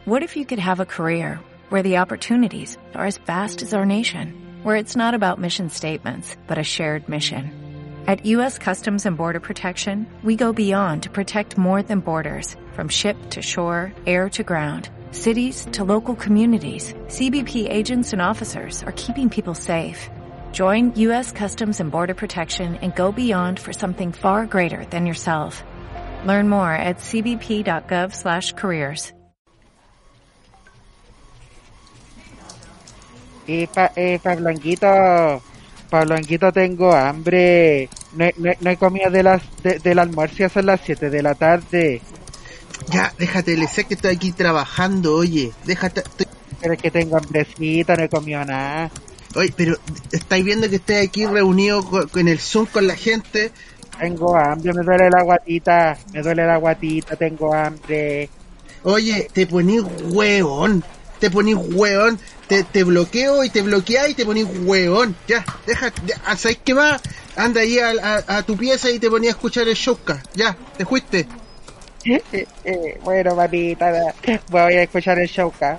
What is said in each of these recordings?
What if you could have a career where the opportunities are as vast as our nation, where it's not about mission statements, but a shared mission? At U.S. Customs and Border Protection, we go beyond to protect more than borders, from ship to shore, air to ground, cities to local communities. CBP agents and officers are keeping people safe. Join U.S. Customs and Border Protection and go beyond for something far greater than yourself. Learn more at cbp.gov/careers. Pablo, tengo hambre. No he comido del almuerzo, ya son las 7 de la tarde. Ya, déjate, le sé que estoy aquí trabajando, oye. Pero es que tengo hambrecita, no he comido nada. Oye, pero estáis viendo que estoy aquí reunido en el Zoom con la gente. Tengo hambre, me duele la guatita, tengo hambre. Oye, te ponís hueón. Te bloqueo y te bloqueás y te ponís hueón. Ya, ¿sabes qué más? Anda ahí a tu pieza y te ponía a escuchar el showcast. Ya, te fuiste. Bueno, mamita, voy a escuchar el showcast.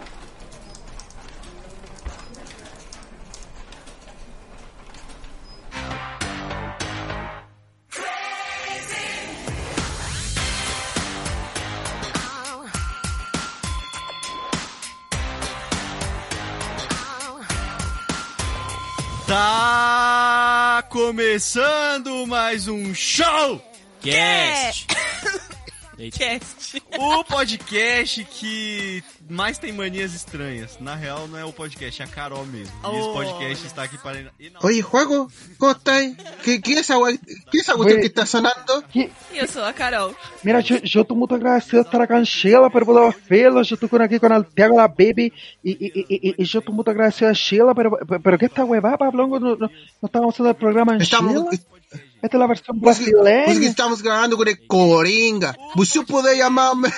Tá começando mais um Showcast! Cast. O podcast que mais tem manias estranhas. Na real, não é o podcast, é a Carol mesmo. E esse podcast está aqui para... Oye, Juaco, ¿cómo estás? ¿Qué es esa cuestión que está sonando? Eu sou a Carol. Mira, yo estoy muy agradecido de estar acá en Sheila, pero puedo verlo. Yo estoy aquí con el Tiago, la Baby, y yo estoy muy agradecido a Sheila, pero ¿qué esta huevada, Pablo? ¿No estamos haciendo el programa en Sheila? Esta es la versión brasileña. Pues que estamos grabando con el Coringa. Você pode llamarme...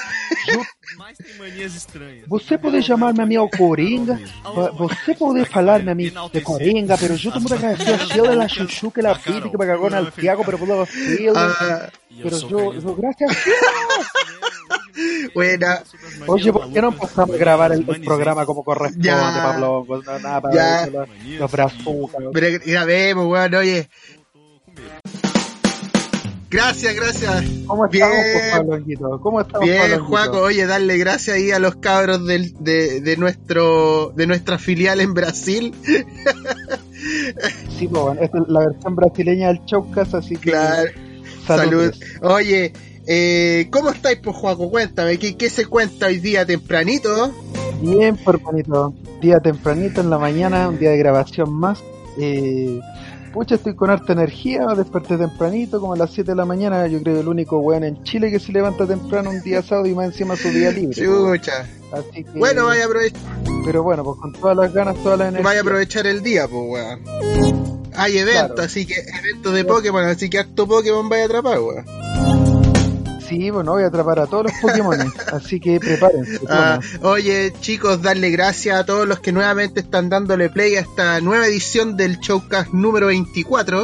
Você pode chamar-me a mim ao Coringa, você pode falar-me a mim de Coringa, pero yo estou muito agradecido a Sheila, la Chuchu, que la Bibi, que me cagó en el Tiago, pero puedo hacerlo. Pero yo, gracias a Sheila. Buena. Oye, ¿por qué no empezamos a grabar el programa como corresponde, Pablo? Pues nada, para los brazucas. Pero grabemos, weón, oye. Gracias. ¿Cómo estamos, Pablo? ¿Cómo estamos, bien, Juaco? Oye, darle gracias ahí a los cabros de nuestra filial en Brasil. Sí, pues bueno, esta es la versión brasileña del Showcast, así que... Claro, salud. Oye, ¿cómo estáis, pues, Juaco? Cuéntame, ¿qué se cuenta hoy día tempranito? Bien, por bonito. Día tempranito en la mañana, un día de grabación más. Pucha, estoy con harta energía, desperté tempranito, como a las 7 de la mañana. Yo creo que el único weón en Chile que se levanta temprano un día sábado y más encima su día libre. Chucha. Así que... Bueno, vaya a aprovechar. Pero bueno, pues con todas las ganas, toda la energía. Vaya a aprovechar el día, pues, weón. Hay eventos, claro. Así que eventos de Pokémon, así que harto Pokémon vaya a atrapar, weón. Sí, bueno, voy a atrapar a todos los Pokémon, así que prepárense. Oye, chicos, darle gracias a todos los que nuevamente están dándole play a esta nueva edición del Showcast número 24.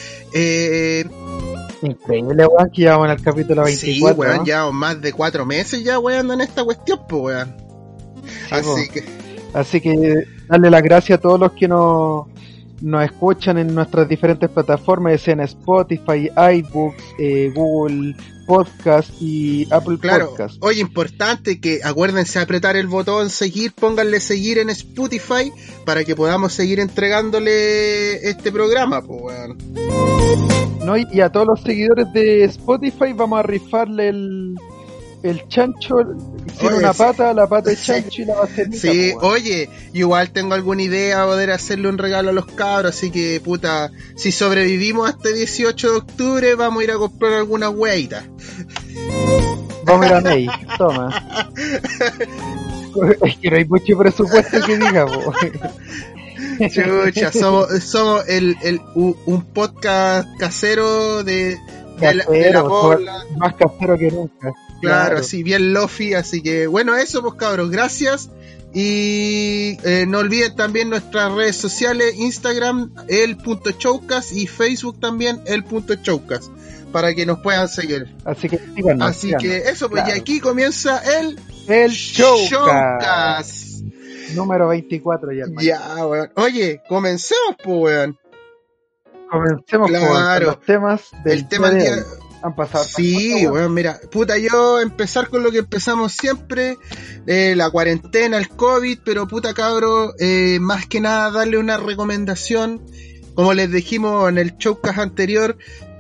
Increíble, weón, que llevamos en el capítulo 24. Sí, weón, ¿no? Llevamos más de 4 meses ya, weón, en esta cuestión, pues, weón. Sí, así que darle las gracias a todos los que nos escuchan en nuestras diferentes plataformas, sea en Spotify, iBooks, Google Podcast y Apple Podcast. Oye, importante que acuérdense de apretar el botón seguir, pónganle seguir en Spotify para que podamos seguir entregándole este programa, pues, weón. No, y a todos los seguidores de Spotify vamos a rifarle el chancho, hicieron una pata, la pata de chancho y la bacenita. Sí, oye, igual tengo alguna idea de poder hacerle un regalo a los cabros, así que, puta, si sobrevivimos hasta el 18 de octubre, vamos a ir a comprar alguna hueita. Vamos a ir a Ney, toma. Es que no hay mucho presupuesto que digamos. Chucha, somos un podcast casero de la bola. Más casero que nunca. Claro, así bien lofi, así que bueno, eso pues cabros, gracias. Y no olviden también nuestras redes sociales, Instagram, el.showcast y Facebook también, el.showcast, para que nos puedan seguir. Así que síganos, que eso, pues claro. Y aquí comienza el El Showcast. Showcast. Número 24 ya, hermano. Ya, weón. Oye, comencemos, pues, weón. Comencemos Claro. con los temas del El tema del de día. hoy. Han pasado. Sí, weón, mira, puta, yo empezar con lo que empezamos siempre, la cuarentena, el COVID, pero puta cabro, más que nada darle una recomendación, como les dijimos en el showcast anterior,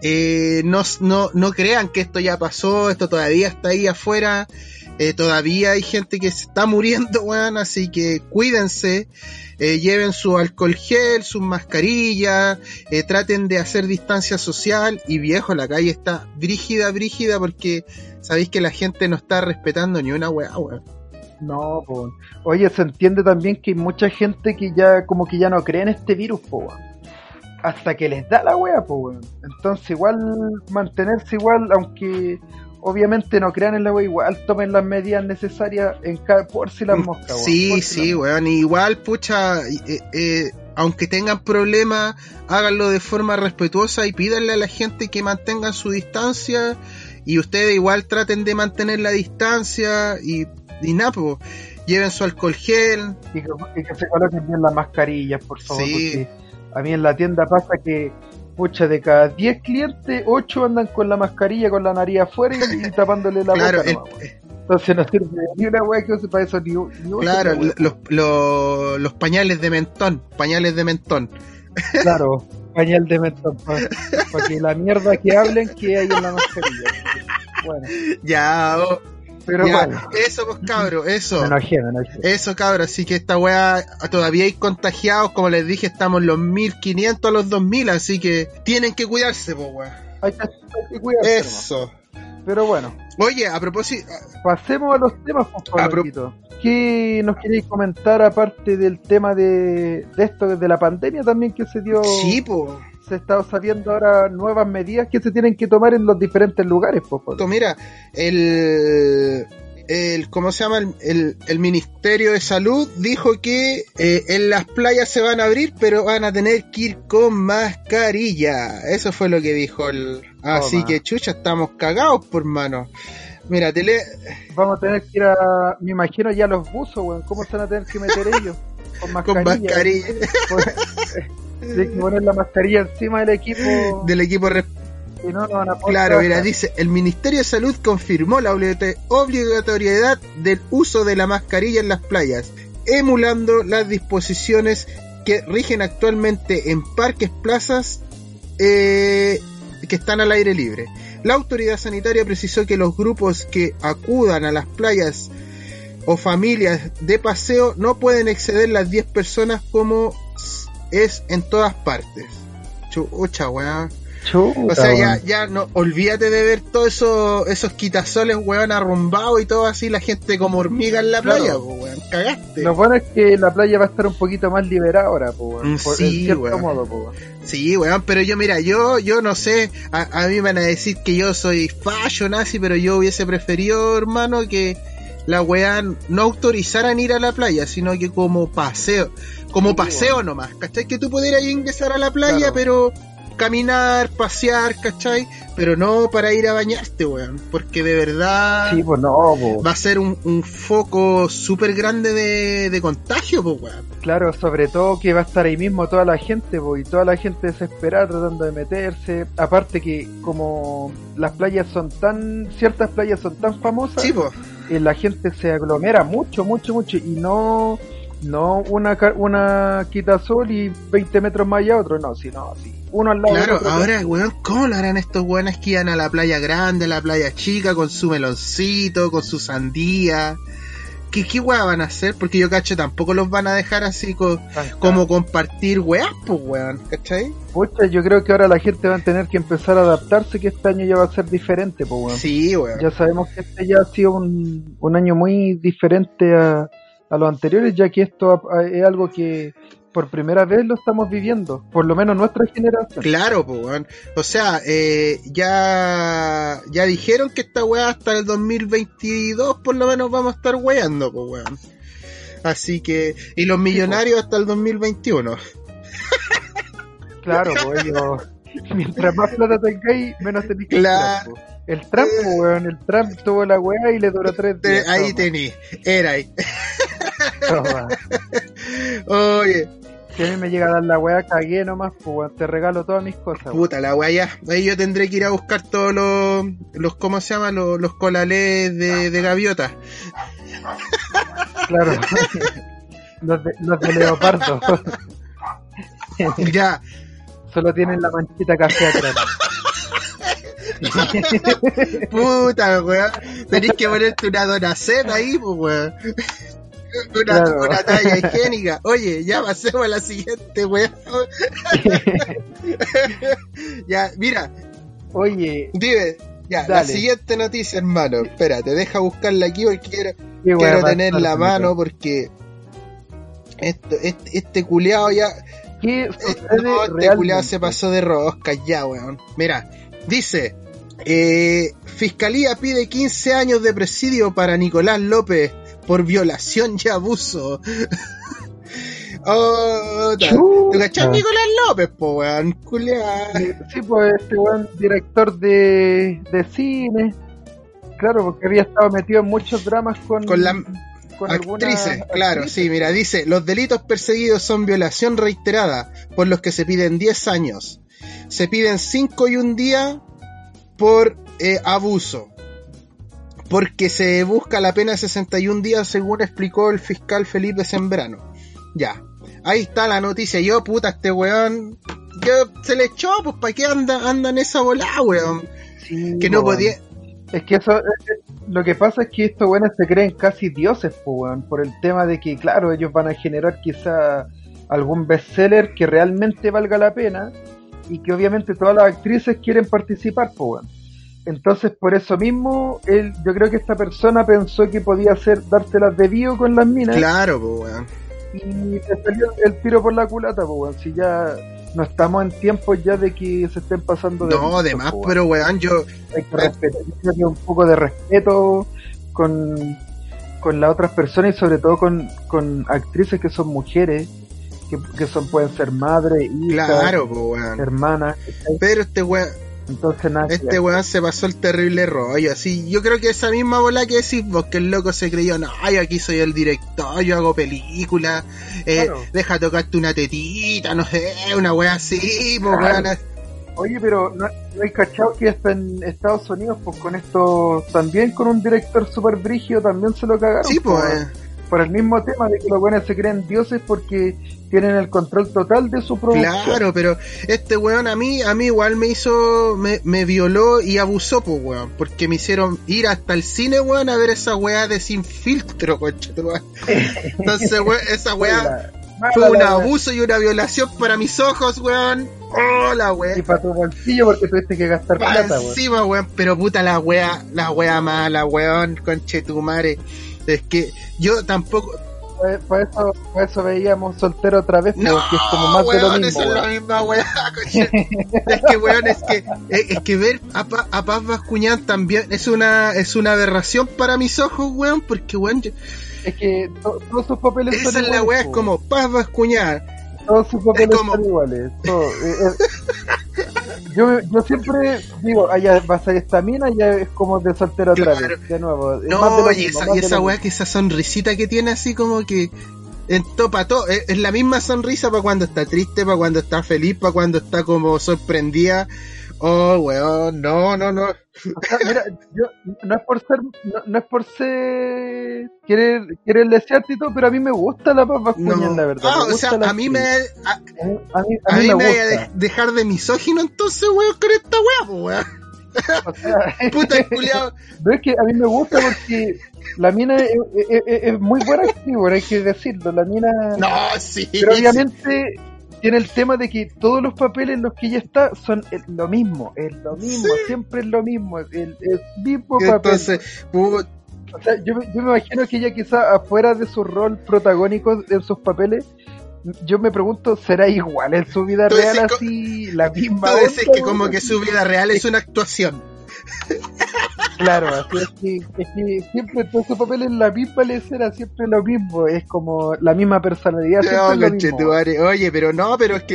no crean que esto ya pasó, esto todavía está ahí afuera, todavía hay gente que se está muriendo, weón, así que cuídense. Lleven su alcohol gel, sus mascarillas, traten de hacer distancia social y viejo, la calle está brígida porque sabéis que la gente no está respetando ni una weá, weón. No, pues. Oye, se entiende también que hay mucha gente que ya como que ya no cree en este virus, pues, weón. Hasta que les da la wea, pues, weón. Entonces igual mantenerse igual, aunque obviamente no crean en la wea, igual tomen las medidas necesarias por si las moscas, weón. Sí, weón, igual, pucha, aunque tengan problemas, háganlo de forma respetuosa y pídanle a la gente que mantengan su distancia y ustedes igual traten de mantener la distancia y nada, pues, lleven su alcohol gel. Y que se coloquen bien las mascarillas, por favor, Sí. porque a mí en la tienda pasa que pucha, de cada 10 clientes, 8 andan con la mascarilla, con la nariz afuera y tapándole la Claro, boca nomás, weón. Entonces no sirve ni una wea que use para eso, ni claro, una wea. los pañales de mentón, Claro, pañal de mentón, para que la mierda que hablen que hay en la mascarilla. Bueno, Ya, pero ya, bueno, eso pues cabro, eso. me enojé. Eso, cabrón, así que esta weá todavía hay contagiados, como les dije, estamos en los 1500 a los 2000, así que tienen que cuidarse, po, weá. Hay que cuidarse, Eso. nomás. Pero bueno, Oye, a propósito, pasemos a los temas, por favor. ¿Qué nos queréis comentar aparte del tema de esto, de la pandemia también que se dio? sí, po. Se está sabiendo ahora nuevas medidas que se tienen que tomar en los diferentes lugares, po. Mira, ¿cómo se llama? El Ministerio de Salud dijo que en las playas se van a abrir, pero van a tener que ir con mascarilla. Eso fue lo que dijo Así que, chucha, estamos cagados, por mano. Mira, vamos a tener que ir me imagino ya los buzos, weón. ¿Cómo se van a tener que meter ellos? Con mascarilla. Con mascarilla. Hay que poner la mascarilla encima del equipo. Si no, no van a poder Claro, trabajar. mira, dice, el Ministerio de Salud confirmó la obligatoriedad del uso de la mascarilla en las playas, emulando las disposiciones que rigen actualmente en parques, plazas que están al aire libre. La autoridad sanitaria precisó que los grupos que acudan a las playas o familias de paseo no pueden exceder las 10 personas como es en todas partes. Chucha, weá. O sea, ya no, olvídate de ver todos esos quitasoles, weón, arrumbados y todo así, la gente como hormiga en la playa, Claro. weón, cagaste. Lo bueno es que la playa va a estar un poquito más liberada ahora, en Sí, cierto weón. modo, weón. Sí, weón, pero yo no sé, a mí me van a decir que yo soy fallo nazi, pero yo hubiese preferido, hermano, que la weá no autorizaran ir a la playa, sino que como paseo Bueno. nomás, ¿cachai? Que tú pudieras ingresar a la playa, Claro. pero caminar, pasear, ¿cachai? Pero no para ir a bañarte, weón, porque de verdad Sí, pues no, pues. va a ser un foco súper grande de contagio, pues, weón. Claro, sobre todo que va a estar ahí mismo toda la gente, y toda la gente desesperada tratando de meterse. Aparte que como ciertas playas son tan famosas, Sí, pues. la gente se aglomera mucho, y no una quitasol y 20 metros más allá otro, no, sino así, uno al lado Claro, del otro. ahora, weón, ¿cómo lo harán estos weones que iban a la playa grande, a la playa chica, con su meloncito, con su sandía? ¿Qué weá van a hacer? Porque yo cacho, tampoco los van a dejar así como compartir weas, pues weón, ¿cachai? Pucha, yo creo que ahora la gente va a tener que empezar a adaptarse, que este año ya va a ser diferente, pues weón. Sí, weón. Ya sabemos que este ya ha sido un año muy diferente a los anteriores, ya que esto es algo que por primera vez lo estamos viviendo, por lo menos nuestra generación. Claro, pues weón. O sea, ya dijeron que esta weá hasta el 2022 por lo menos vamos a estar weando, pues weón. Así que, y los millonarios hasta el 2021. Claro, pues Mientras más plata tengáis, menos tenéis que Claro. tirar, po. El Trump, po, weón, el Trump tuvo la weá y le duró 3 días. Ahí toma, tení, era ahí. toma. Oye, Si a mí me llega a dar la weá, cagué nomás, pues weón, te regalo todas mis cosas. weón. puta la weá ya. Ahí yo tendré que ir a buscar todos los ¿cómo se llama? Los colalés de gaviota. Claro. los de leopardo. Ya. Solo tienen la manchita café atrás. Puta, weón. Tenés que ponerte una donaceta ahí, pues, weón. Claro. Una talla higiénica. Oye, ya pasemos a la siguiente, weón. Ya, mira, Oye, dime. Ya, la Dale. siguiente noticia, hermano. Espérate, deja buscarla aquí porque qué quiero weá va a tener estar, la amigo. mano porque este culiao ya. ¿Qué sucede No, este realmente? culiao se pasó de rosca ya, weón. Mira, dice: Fiscalía pide 15 años de presidio para Nicolás López por violación y abuso. Oh, ¿tú cachás Nicolás López, po, weón? Culiao. Sí, pues este weón director de cine. Claro, porque había estado metido en muchos dramas con algunas Actrices, claro, actrices. sí, mira, dice, los delitos perseguidos son violación reiterada, por los que se piden 10 años. Se piden 5 y un día por abuso, porque se busca la pena de 61 días, según explicó el fiscal Felipe Sembrano. Ya, ahí está la noticia. Yo, puta, este weón, se le echó, pues, ¿para qué anda en esa volada, weón? Sí, Que no weón. podía... Es que eso, lo que pasa es que estos weones se creen casi dioses, pues, weón, por el tema de que, claro, ellos van a generar quizá algún bestseller que realmente valga la pena y que obviamente todas las actrices quieren participar, pues, weón. Entonces, por eso mismo, yo creo que esta persona pensó que podía dárselas de vivo con las minas Claro, pues, weón. y se salió el tiro por la culata, pues, weón. Si ya no estamos en tiempos ya de que se estén pasando de No, listos, además, pues, weón. pero weón, yo... Hay que respetar, yo creo que un poco de respeto con las otras personas y sobre todo con actrices que son mujeres, que pueden ser madres, hijas, Claro, pues, weón. hermanas, ¿cachai? Pero este weón... Entonces nada que Este ver. weón se pasó el terrible rollo, así, yo creo que esa misma bola que decís vos, que el loco se creyó, no, yo aquí soy el director, yo hago películas, Claro. deja tocarte una tetita, no sé, una wea así, pues Claro. weón. Oye, pero ¿no hay cachado que hasta en Estados Unidos, pues con esto, también con un director super brígido, también se lo cagaron? Sí, pues, por el mismo tema de que los buenos se creen dioses porque tienen el control total de su producción. claro, pero este weón a mí igual me violó y abusó, pues weón, porque me hicieron ir hasta el cine, weón, a ver esa weá de Sin Filtro, conchetumare. Entonces, weón, esa weá fue un abuso y una violación para mis ojos, weón. Hola, weón. Y para tu bolsillo porque tuviste que gastar Pa' plata, weón. encima, weón, pero puta la wea mala, weón, conchetumare. Es que yo tampoco. Por eso veíamos Soltero otra vez, No, porque es como más weón, de lo mismo. eso es la weón. misma wea, es que, weón, es que ver a Paz Bascuñán también es una aberración para mis ojos, weón, porque, weón, Es que todos sus papeles esa son es la iguales, wea, es po. como Paz Bascuñán. Todos sus papeles es como- son iguales. Yo siempre digo, allá va a ser esta mina, ya es como de Soltero otra Claro. vez, de nuevo. Es más de No, lo y mismo, esa, más y de esa lo weá, mismo. que esa sonrisita que tiene así como que en topa todo, es la misma sonrisa para cuando está triste, para cuando está feliz, para cuando está como sorprendida. Oh, weón, no. O sea, mira, yo no es por ser querer desearte y todo, pero a mí me gusta la Paz Bascuñán, No. la verdad. Ah, me o gusta sea, la a mí me actriz. a mí a mí me me vaya a gusta. dejar de misógino entonces, weón, con esta weá, pues, weón. O sea, Puta el culiao. pero es que a mí me gusta porque la mina es muy buena actriz, bueno, hay que decirlo. La mina, No, sí. pero obviamente tiene el tema de que todos los papeles en los que ella está son lo mismo, siempre es lo mismo, el mismo papel. Entonces, puta, O sea, yo me imagino que ella quizá afuera de su rol protagónico en sus papeles, yo me pregunto, ¿será igual en su vida Tú real decís así, la misma tú decís onda, que como weón? que su vida real es una actuación. Claro, así es que siempre todos sus papeles en la misma lecera, siempre lo mismo, es como la misma personalidad, siempre No, es lo mismo. conchetumare. Oye, pero no, pero es que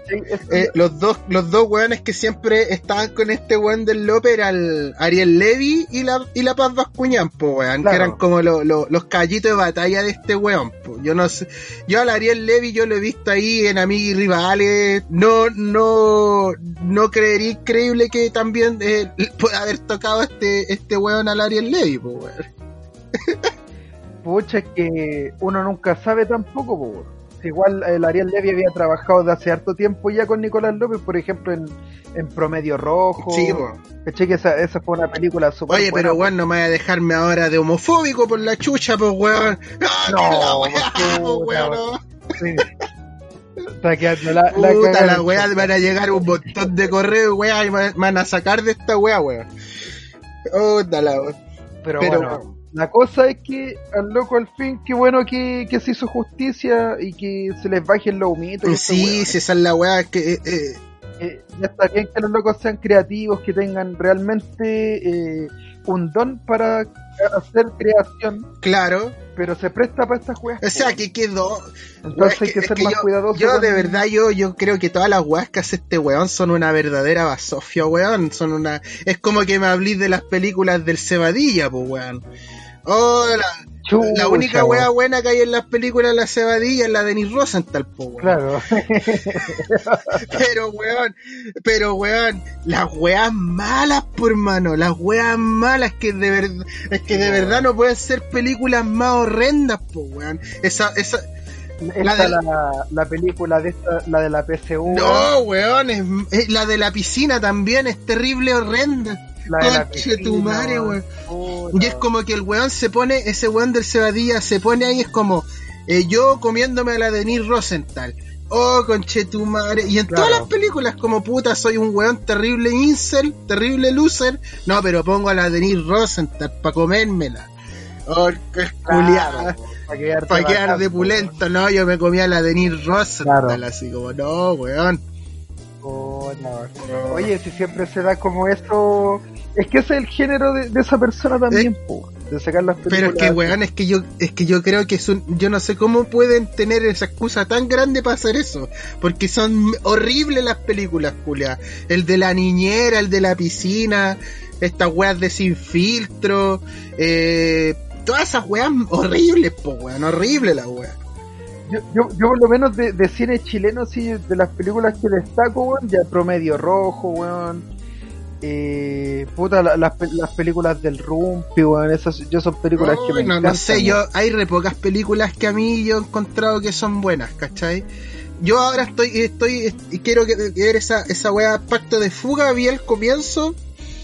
los dos weones que siempre estaban con este weón del López eran Ariel Levy y la Paz Bascuñán, po, weón, claro. Que eran como los caballitos de batalla de este weón, po. Yo no sé, yo al Ariel Levy yo lo he visto ahí en Amigos y Rivales, no creería increíble que también pueda haber tocado este weón al Ariel Levy, po, weón. Pucha, es que uno nunca sabe tampoco, po, weón. Igual el Ariel Levy había trabajado de hace harto tiempo ya con Nicolás López, por ejemplo en Promedio Rojo. Sí, po. Caché que esa fue una película súper buena. Oye, pero weón, no me voy a dejarme ahora de homofóbico por la chucha, pues weón. No, weón. Sí. Está quedando la weá, van a llegar un montón de correos, weá, y me van a sacar de esta weá, weón. Pero bueno. La cosa es que al loco al fin, qué bueno que se hizo justicia y que se les bajen los humitos. Sí, si esa es la weá que... ya está bien que los locos sean creativos, que tengan realmente un don para hacer creación. Claro. Pero se presta para estas weas. O sea, que quedó... Entonces hay que ser más cuidadoso. Yo de verdad, yo creo que todas las weas que hace este weón son una verdadera basofia, weón. Es como que me hablís de las películas del Cebadilla, pues, weón. La única wea buena que hay en las películas de la Cebadilla es la de Denis Rosenthal, po, weón. Claro. pero weón, las weas malas, por hermano, las weas malas que de verdad no pueden ser películas más horrendas, po, weón. La película de esta, la de la PSU. No, weón, es la de la piscina también, es terrible, horrenda. Conche tu madre, weón. Y es como que el weón se pone, ese weón del Cebadilla se pone ahí, es como yo comiéndome a la Denis Rosenthal. Oh, conche tu madre. Y en todas las películas, como puta, soy un weón terrible incel, terrible loser. No, pero pongo a la Denis Rosenthal para comérmela. Oh, que es culiada. Para quedar de pulento. No, yo me comía a la Denis Rosenthal, así como, no, weón. No. Oye, si siempre se da como esto, es que ese es el género de esa persona también, de sacar las películas. Pero es que weón, es que yo creo que yo no sé cómo pueden tener esa excusa tan grande para hacer eso, porque son horribles las películas, Julia. El de la niñera, el de la piscina, estas weas de Sin Filtro, todas esas weas horribles, weón, horrible la wea. Yo por lo menos de cine chileno, sí, de las películas que destaco, weón, ya Promedio Rojo, weón, las películas del Rumpi, weón, esas son películas que me encantan. No sé, hay re pocas películas que a mí yo he encontrado que son buenas, ¿cachai? Yo ahora quiero ver esa wea Pacto de Fuga, vi el comienzo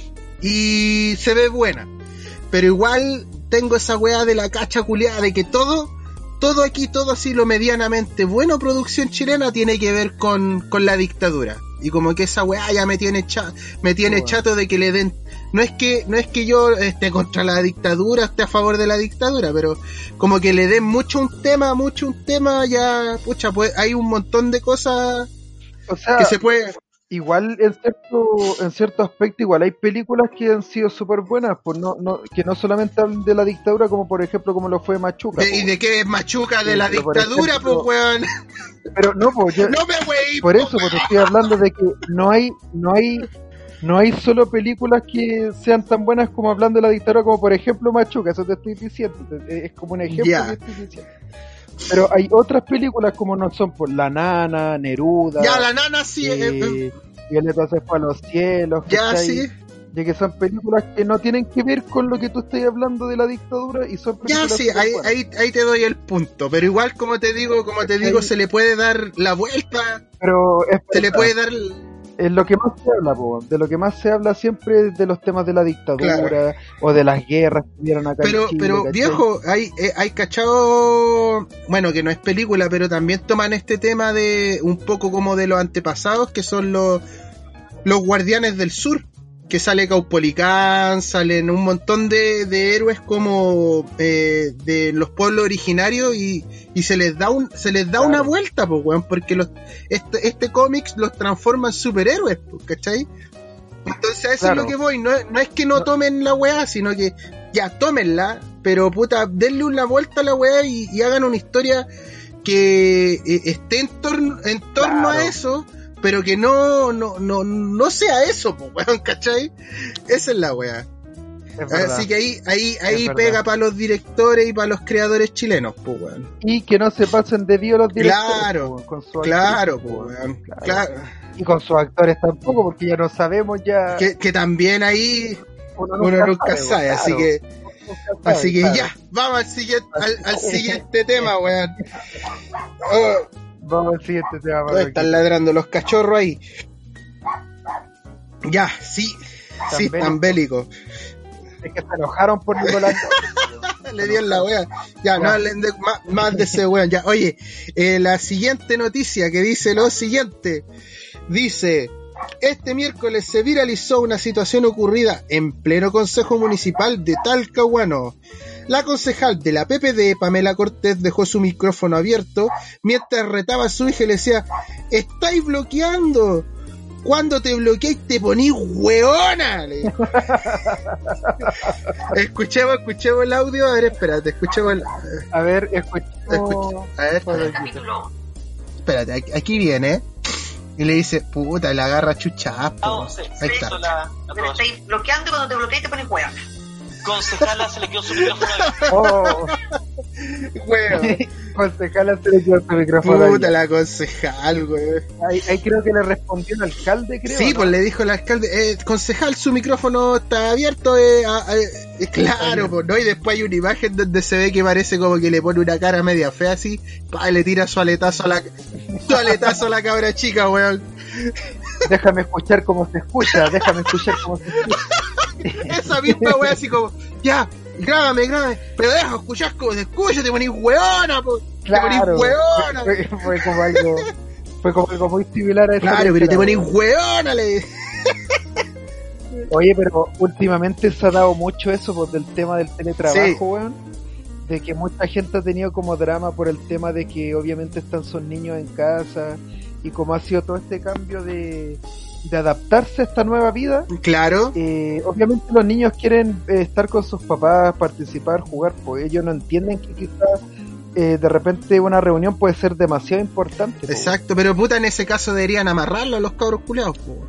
y se ve buena, pero igual tengo esa wea de la cacha culiada de que todo aquí, todo así lo medianamente bueno producción chilena tiene que ver con la dictadura. Y como que esa weá ya me tiene chato de que le den... No es que yo esté contra la dictadura, esté a favor de la dictadura, pero como que le den mucho un tema ya, pucha, pues hay un montón de cosas, o sea, que se puede... Igual en cierto aspecto igual hay películas que han sido súper buenas, pues que no solamente hablan de la dictadura, como por ejemplo como lo fue Machuca. ¿Y de qué es Machuca? De la dictadura, pues weón. Pero no, pues yo, no me wey, por eso, porque estoy hablando de que no hay solo películas que sean tan buenas como hablando de la dictadura, como por ejemplo Machuca, eso te estoy diciendo, es como un ejemplo que estoy diciendo. Pero hay otras películas como no son por La Nana, Neruda. Ya, La Nana sí. Violeta se fue a los cielos. Ya, sí. De que son películas que no tienen que ver con lo que tú estás hablando de la dictadura y son películas. Ya, sí, ahí te doy el punto. Pero igual, como te digo, se le puede dar la vuelta. Pero se le puede dar. Es lo que más se habla, de lo que más se habla siempre es de los temas de la dictadura, o de las guerras que hubieron acá en Chile. Pero ¿cachai? Viejo, hay cachado, bueno, que no es película, pero también toman este tema de un poco como de los antepasados, que son los Guardianes del Sur, que sale Caupolicán, salen un montón de héroes como de los pueblos originarios y se les da una vuelta, pues, weón, porque este cómics los transforma en superhéroes, pues, ¿cachai? Entonces a eso es lo que voy, no es que no tomen la weá, sino que ya tómenla, pero puta, denle una vuelta a la weá y hagan una historia que esté en torno a eso, pero que no sea eso, pues, weón, ¿cachai? Esa es la weá. Así que ahí pega para los directores y para los creadores chilenos, pues, weón. Y que no se pasen de vivo los directores. Claro, pues, con sus claro, actrices, pues, pues, weón. claro. Claro. Y con sus actores tampoco, porque ya no sabemos ya. Que también ahí uno nunca sabe, claro. así que claro. ya, vamos al siguiente tema, weón. Oh, Vamos al siguiente tema. ¿dónde están ladrando los cachorros ahí? Ya, sí, tan bélico. Es que se enojaron por Nicolás. Le dio en la wea. Ya, no hablen más de ese weón. Ya, oye, la siguiente noticia que dice lo siguiente. Dice: este miércoles se viralizó una situación ocurrida en pleno Consejo Municipal de Talcahuano. La concejal de la PPD, Pamela Cortés, dejó su micrófono abierto mientras retaba a su hija y le decía: estáis bloqueando. Cuando te bloqueáis te ponís hueona. Escuchemos el audio. A ver, espérate, escuchemos el... A ver, escuchemos. A ver, espérate, aquí viene. Y le dice, puta, le agarra chuchapo. Ahí está. Pero estáis bloqueando y cuando te bloqueáis te pones hueona. Concejala se le quedó su micrófono. Oh, Hueón. concejala se le quedó su micrófono. Puta, la concejal, weón. Ahí creo que le respondió el alcalde, creo. Sí, ¿no? pues le dijo el alcalde, concejal, su micrófono está abierto. Claro, pues, ¿no? Y después hay una imagen donde se ve que parece como que le pone una cara media fea así, y le tira su aletazo a la cabra chica, weón. Déjame escuchar cómo se escucha. Esa misma weón así como, ya, grábame, pero deja escuchar cómo se escucha, te ponís weona, po. Claro, te ponís weona. Fue como algo muy similar a eso. Claro, pero te ponís weona, le. Oye, pero últimamente se ha dado mucho eso pues, del tema del teletrabajo, Sí. weón. De que mucha gente ha tenido como drama por el tema de que obviamente están sus niños en casa y como ha sido todo este cambio de adaptarse a esta nueva vida. Claro. Obviamente los niños quieren estar con sus papás, participar, jugar, pues ellos no entienden que quizás de repente una reunión puede ser demasiado importante. Po. Exacto, pero puta, en ese caso deberían amarrarlo a los cabros culiados, po.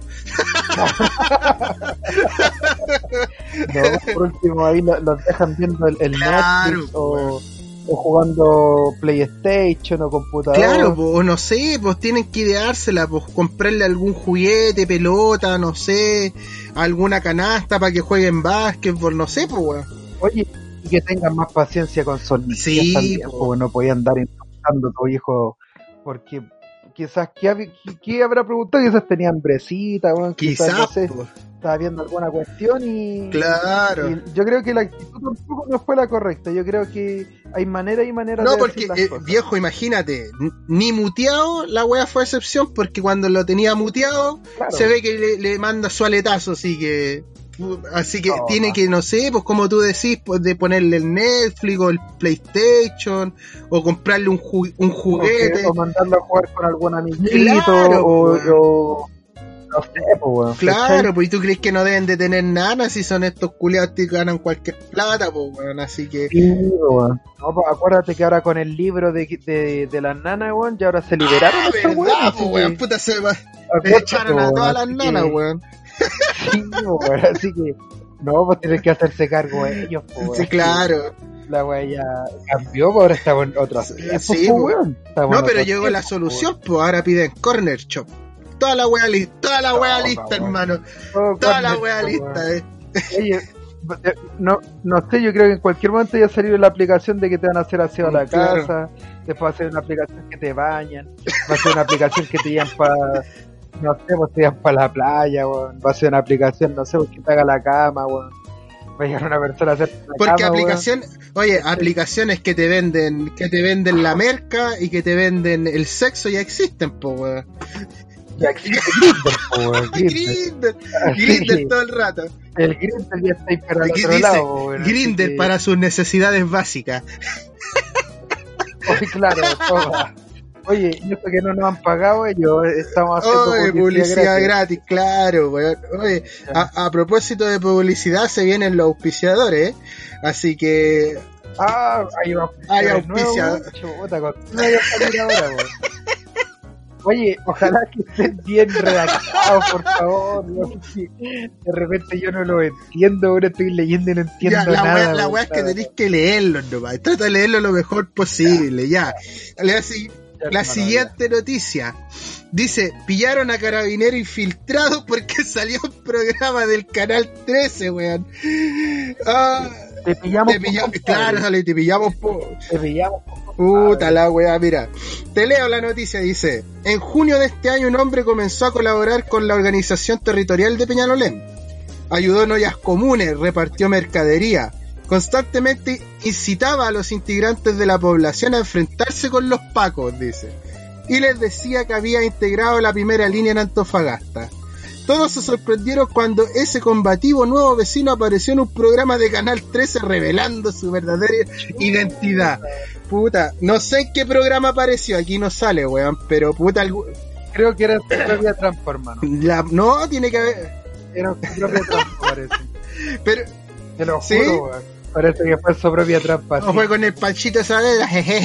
No, por último ahí los dejan viendo el Claro, Netflix o jugando PlayStation o computador. Claro, pues, no sé, pues tienen que ideársela, pues comprarle algún juguete, pelota, no sé, alguna canasta para que jueguen básquetbol, no sé, pues, weón. Oye, y que tengan más paciencia con sus niños Sí, también, po. porque no podían andar insultando a tu hijo, porque quizás, ¿qué habrá preguntado? Quizás tenía hambrecita, weón, quizás, no Quizás, sé, pues, estaba viendo alguna cuestión y... claro. y yo creo que la actitud tampoco no fue la correcta, yo creo que hay manera y manera No, de porque, decir las cosas. viejo, imagínate, ni muteado la wea fue excepción, porque cuando lo tenía muteado, Claro. se ve que le manda su aletazo, así que No, tiene que, no sé, pues como tú decís, pues de ponerle el Netflix o el PlayStation, o comprarle un juguete. O mandarlo a jugar con algún amiguito, Claro, o no sé, pues, weón, Claro, ¿cachai? pues y tú crees que no deben de tener nada si son estos culiados que ganan cualquier plata, pues weón, así que... Sí, weón. No, pues, acuérdate que ahora con el libro de las nanas, weón, ya ahora se liberaron esos verdad, weones, pues así weón, que- puta se acuérdate, echaron a weón, todas las así nanas, que- weón. Sí, weón, así que no, pues tienen que hacerse cargo ellos, pues, weón. Sí, claro. La weá ya cambió, pues ahora estamos en otros tiempos, Sí, pues, pues. weón. Estamos No, en pero otros llegó la tiempos, solución, pues ahora piden Corner Shop. Toda la wea lista, No, lista, weón. hermano. weón. Toda la Corner wea Shop, lista, weón. Oye, no sé, yo creo que en cualquier momento ya salió la aplicación de que te van a hacer aseo a la Claro. casa, después va a ser una aplicación que te bañan, va a ser una aplicación que te llevan para, no sé, pues te llevan para la playa, weón. Va a ser una aplicación, no sé, pues que te haga la cama, weón. Va a llegar una persona a hacer la Porque cama, aplicación, oye, aplicaciones que te venden la merca y que te venden el sexo ya existen, pues weón. weón. Ya existe Grindr, po, weón, Grindr. Grindr, Así Grindr que todo el rato. el Grindr ya está ahí para el Aquí otro dice, lado, weón. así Grindr que- para sus necesidades básicas. Oye, claro, toma. Oye, y eso que no nos han pagado ellos, estamos haciendo Oye, publicidad publicidad gratis. gratis, claro, weón. Oye, a propósito de publicidad, se vienen los auspiciadores, ¿eh? Así que Ah, hay Hay auspiciadores nuevos, auspiciadores. weón. Chuta, con- no hay a salir ahora, weón. Oye, ojalá que estén bien redactados, por favor. No sé si de repente yo no lo entiendo, ahora estoy leyendo y no entiendo Ya, nada. la weá es que tenéis que leerlo nomás. Trata de leerlo lo mejor posible, ya. La siguiente noticia. Dice, pillaron a carabinero infiltrado porque salió un programa del Canal 13, weón. Te pillamos. Claro, sale, te pillamos Te pillamos. Puta la weá, mira. Te leo la noticia, dice. En junio de este año un hombre comenzó a colaborar con la organización territorial de Peñalolén. Ayudó en ollas comunes, repartió mercadería. Constantemente incitaba a los integrantes de la población a enfrentarse con los pacos, dice. Y les decía que había integrado la primera línea en Antofagasta. Todos se sorprendieron cuando ese combativo nuevo vecino apareció en un programa de Canal 13 revelando su verdadera identidad. Puta, no sé en qué programa apareció, aquí no sale, weón, pero puta... Creo que era su propia trampa, hermano. No, tiene que haber... Era su propia trampa, parece. Pero... Te lo ¿sí? juro, weón. Parece que fue su propia trampa. No Sí. fue con el Panchito Saavedra.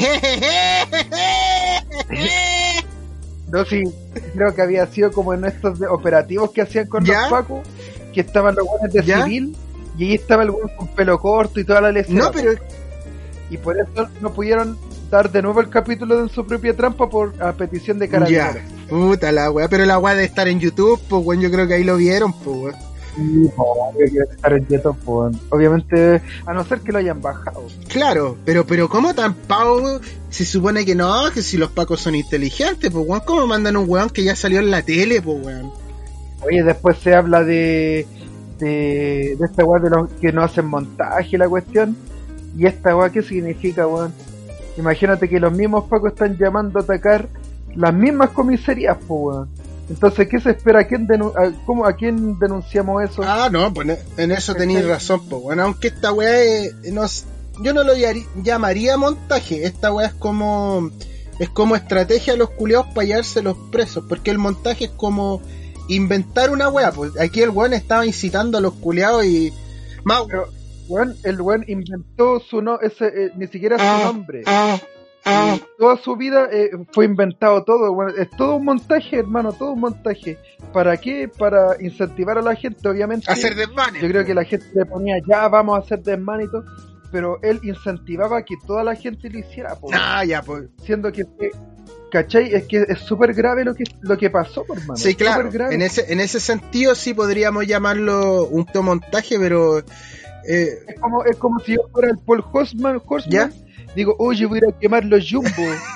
No, sí, creo que había sido como en estos operativos que hacían con ¿ya? los pacos, que estaban los buenos de ¿ya? civil, y ahí estaba el buen con pelo corto y toda la lecera. No, pero... Y por eso no pudieron dar de nuevo el capítulo de su propia trampa por a petición de Carabineros. Ya, puta la weá, pero la weá de estar en YouTube, pues weón, yo creo que ahí lo vieron, pues weón. Sí, estar en YouTube, pues, obviamente, a no ser que lo hayan bajado. Claro, pero ¿cómo tan pavo? Se supone que no, que si los pacos son inteligentes, pues weón, ¿cómo mandan un weón que ya salió en la tele, pues weón? Oye, después se habla de esta weá de los que no hacen montaje, la cuestión. ¿Y esta weá qué significa, weón? Imagínate que los mismos pacos están llamando a atacar las mismas comisarías, pues weón. Entonces, ¿qué se espera? ¿A quién denunciamos eso? Ah, no, pues en eso tenéis razón, pues bueno, aunque esta weá yo no lo llamaría montaje, esta weá es como estrategia de los culiados para hallarse los presos, porque el montaje es como inventar una weá, pues aquí el weón estaba incitando a los culiados y... Pero, weón, el weón inventó ni siquiera su nombre. Y toda su vida fue inventado todo, bueno, es todo un montaje, hermano, todo un montaje. ¿Para qué? Para incentivar a la gente, obviamente. Hacer desmanes. Yo creo que la gente le ponía, ya vamos a hacer desmanes y todo, pero él incentivaba que toda la gente lo hiciera, po, ya, pues. siendo que, ¿cachai? Es que es súper grave lo que pasó, por hermano. Sí, claro, en ese sentido sí podríamos llamarlo un montaje, pero... Es como si yo fuera el Paul Horseman, ¿ya? Digo, oye, voy a ir a quemar los Jumbo.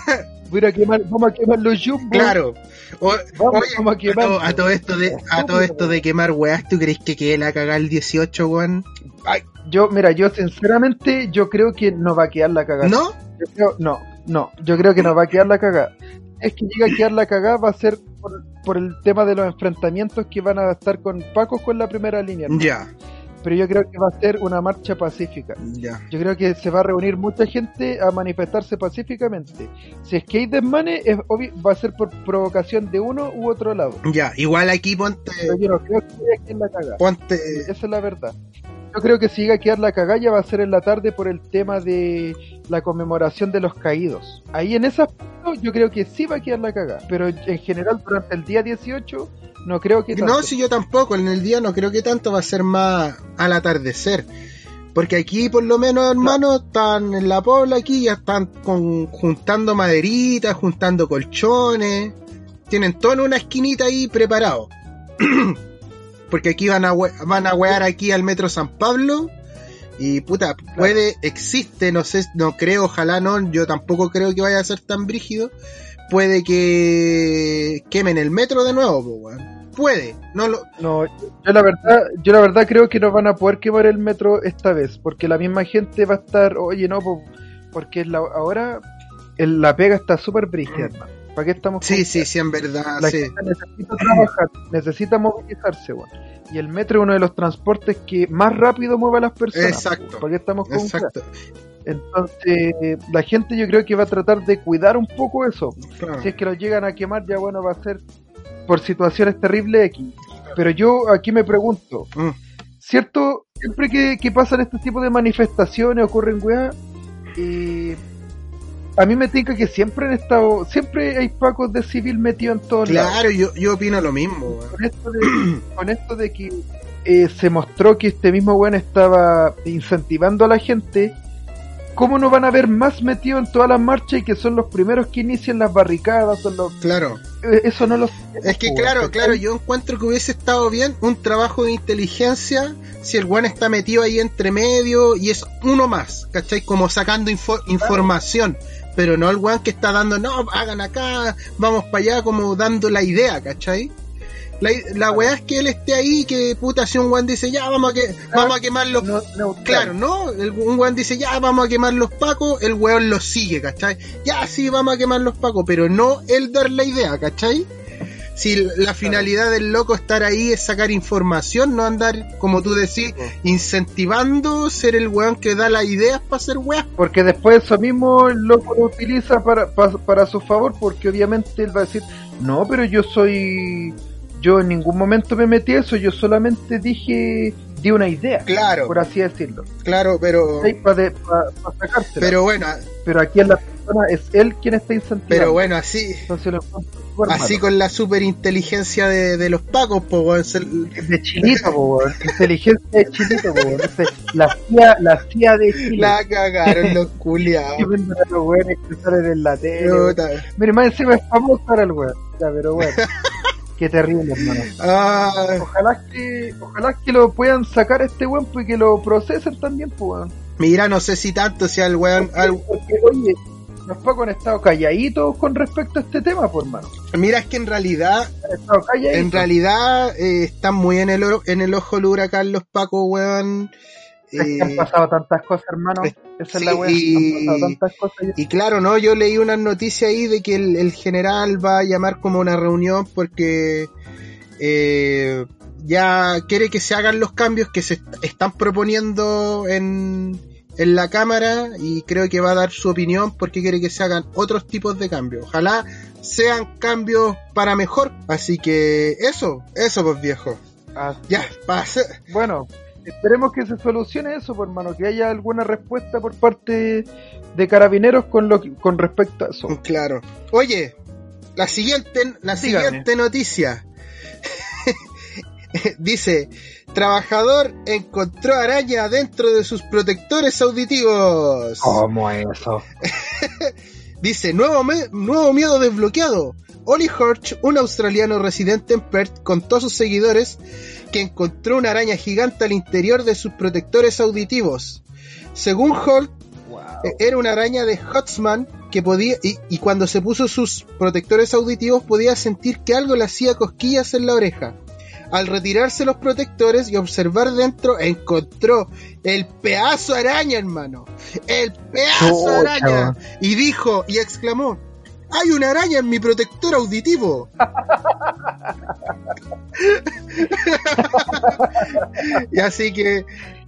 Vamos a quemar los Jumbo. Claro. Vamos a quemar. A todo esto de quemar weás, ¿tú crees que quede la cagada el 18, weón? Yo sinceramente, yo creo que no va a quedar la cagada. ¿No? Yo creo que no va a quedar la cagada. Es que llega a quedar la cagada va a ser por el tema de los enfrentamientos que van a estar con pacos con la primera línea, ¿no? Ya. Pero yo creo que va a ser una marcha pacífica. Ya. Yo creo que se va a reunir mucha gente a manifestarse pacíficamente. Si es que hay desmanes, va a ser por provocación de uno u otro lado. Ya, igual aquí ponte... Pero yo no creo que vaya a quedar la cagada. Ponte... Esa es la verdad. Yo creo que si llega a quedar la cagada ya va a ser en la tarde por el tema de la conmemoración de los caídos. Ahí en ese aspecto yo creo que sí va a quedar la cagada. Pero en general durante el día 18... no creo que tanto. No, si yo tampoco, en el día no creo que tanto, va a ser más al atardecer. Porque aquí por lo menos, hermano, están en la Pobla, aquí ya están juntando maderitas, juntando colchones. Tienen todo en una esquinita ahí preparado. Porque aquí van a wear aquí al Metro San Pablo. Y puta, existe, no sé, no creo, ojalá no, yo tampoco creo que vaya a ser tan brígido. Puede que quemen el metro de nuevo, weón. Puede, no, yo la verdad creo que no van a poder quemar el metro esta vez, porque la misma gente va a estar, oye, no, porque ahora la pega está súper brígida, hermano. ¿Para qué estamos? Sí, en verdad, la sí. gente necesita trabajar, necesita movilizarse, weón. Y el metro es uno de los transportes que más rápido mueve a las personas. Exacto. ¿Para qué estamos con Exacto. Entonces, la gente yo creo que va a tratar de cuidar un poco eso. Claro. Si es que lo llegan a quemar, ya bueno, va a ser por situaciones terribles aquí. Pero yo aquí me pregunto, ¿cierto? Siempre que pasan este tipo de manifestaciones, ocurren weas, a mí me tinca que siempre hay pacos de civil metidos en todos lados. Claro, yo opino lo mismo, weón. Con esto de que se mostró que este mismo weón estaba incentivando a la gente, ¿cómo no van a haber más metidos en todas las marchas y que son los primeros que inician las barricadas? Claro. Eso no lo... Es que claro, yo encuentro que hubiese estado bien un trabajo de inteligencia si el weón está metido ahí entre medio y es uno más, ¿cachai? Como sacando información, pero no el weón que está dando, no, hagan acá, vamos para allá, como dando la idea, ¿cachai? La weá es que él esté ahí, que puta, si un weón dice, ya, vamos a quemar los... Claro, ¿no? Un weón dice, ya, vamos a quemar los pacos, el weón los sigue, ¿cachai? Ya, sí, vamos a quemar los pacos, pero no él dar la idea, ¿cachai? Si la finalidad del loco estar ahí es sacar información, no andar, como tú decís, incentivando, ser el weón que da las ideas para hacer weas. Porque después eso mismo el loco lo utiliza para su favor, porque obviamente él va a decir, no, pero yo en ningún momento me metí eso, yo solamente di una idea, claro, por así decirlo. Claro, pero... Para sacársela. Pero bueno... Pero aquí en la persona es él quien está incentivando. Pero bueno, así... Entonces así con la superinteligencia de los pacos, po, weón. De Chilito, po, weón. Inteligencia de Chilito, po, weón. La CIA de Chile. La cagaron los culiados. Que venden a los weones que salen en la tele. Mira, más encima es famoso para el weón. Ya, pero bueno. Qué terrible, hermano. Ojalá que lo puedan sacar a este weón, pues, y que lo procesen también, pues, weón. Mira, no sé si tanto sea el weón. Porque, oye, los pacos han estado calladitos con respecto a este tema, pues, hermano. Mira, es que en realidad están muy en el ojo del huracán los pacos, weón. Es que han pasado tantas cosas, hermano. Esa es la weá. Han pasado tantas cosas. Y claro, no, yo leí una noticia ahí de que el general va a llamar como una reunión porque ya quiere que se hagan los cambios que se están proponiendo en la Cámara, y creo que va a dar su opinión porque quiere que se hagan otros tipos de cambios. Ojalá sean cambios para mejor. Así que eso pues, viejo. Ya, pasa. Bueno, esperemos que se solucione eso, por hermano, que haya alguna respuesta por parte de Carabineros con respecto a eso. Claro. Oye, la siguiente noticia. Dice, trabajador encontró araña dentro de sus protectores auditivos. ¿Cómo eso? Dice, nuevo miedo desbloqueado. Ollie Horch, un australiano residente en Perth, contó a sus seguidores que encontró una araña gigante al interior de sus protectores auditivos. Según Holt, era una araña de Huntsman que podía, y cuando se puso sus protectores auditivos podía sentir que algo le hacía cosquillas en la oreja. Al retirarse los protectores y observar dentro, encontró el pedazo de araña, hermano. El pedazo de araña. Y dijo, y exclamó, ¡hay una araña en mi protector auditivo! Y así que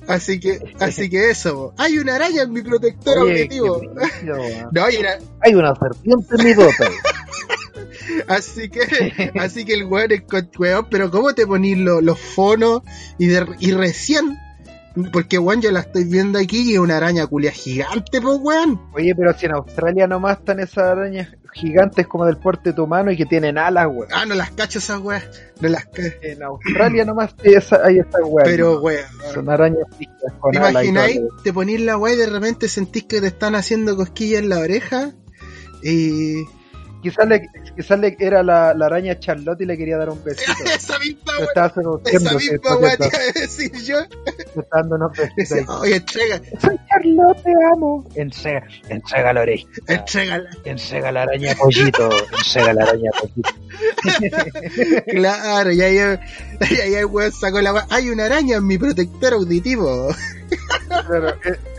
eso, hay una araña en mi protector auditivo. No, hay una serpiente en mi bota. Así que el weón es weón, pero ¿cómo te ponís los fonos y recién? Porque weón, yo la estoy viendo aquí y es una araña culia gigante, pues weón. Oye, pero si en Australia nomás están esas arañas gigantes como del porte de tu mano y que tienen alas, weón. Ah, no las cacho esas weón. En Australia nomás hay esas weón. Pero ¿no? weón. Son arañas fijas con alas. ¿Te imagináis? Te ponís la weón y de repente sentís que te están haciendo cosquillas en la oreja y... Quizás era la araña Charlotte y le quería dar un besito. Esa misma weá te iba a decir yo. Me está dando unos besitos. Oye, entrega. Soy Charlotte, te amo. Entrega la oreja. Entrega la araña pollito. Entrega la araña pollito. Claro, y ahí el weón sacó la weá. Hay una araña en mi protector auditivo. Claro,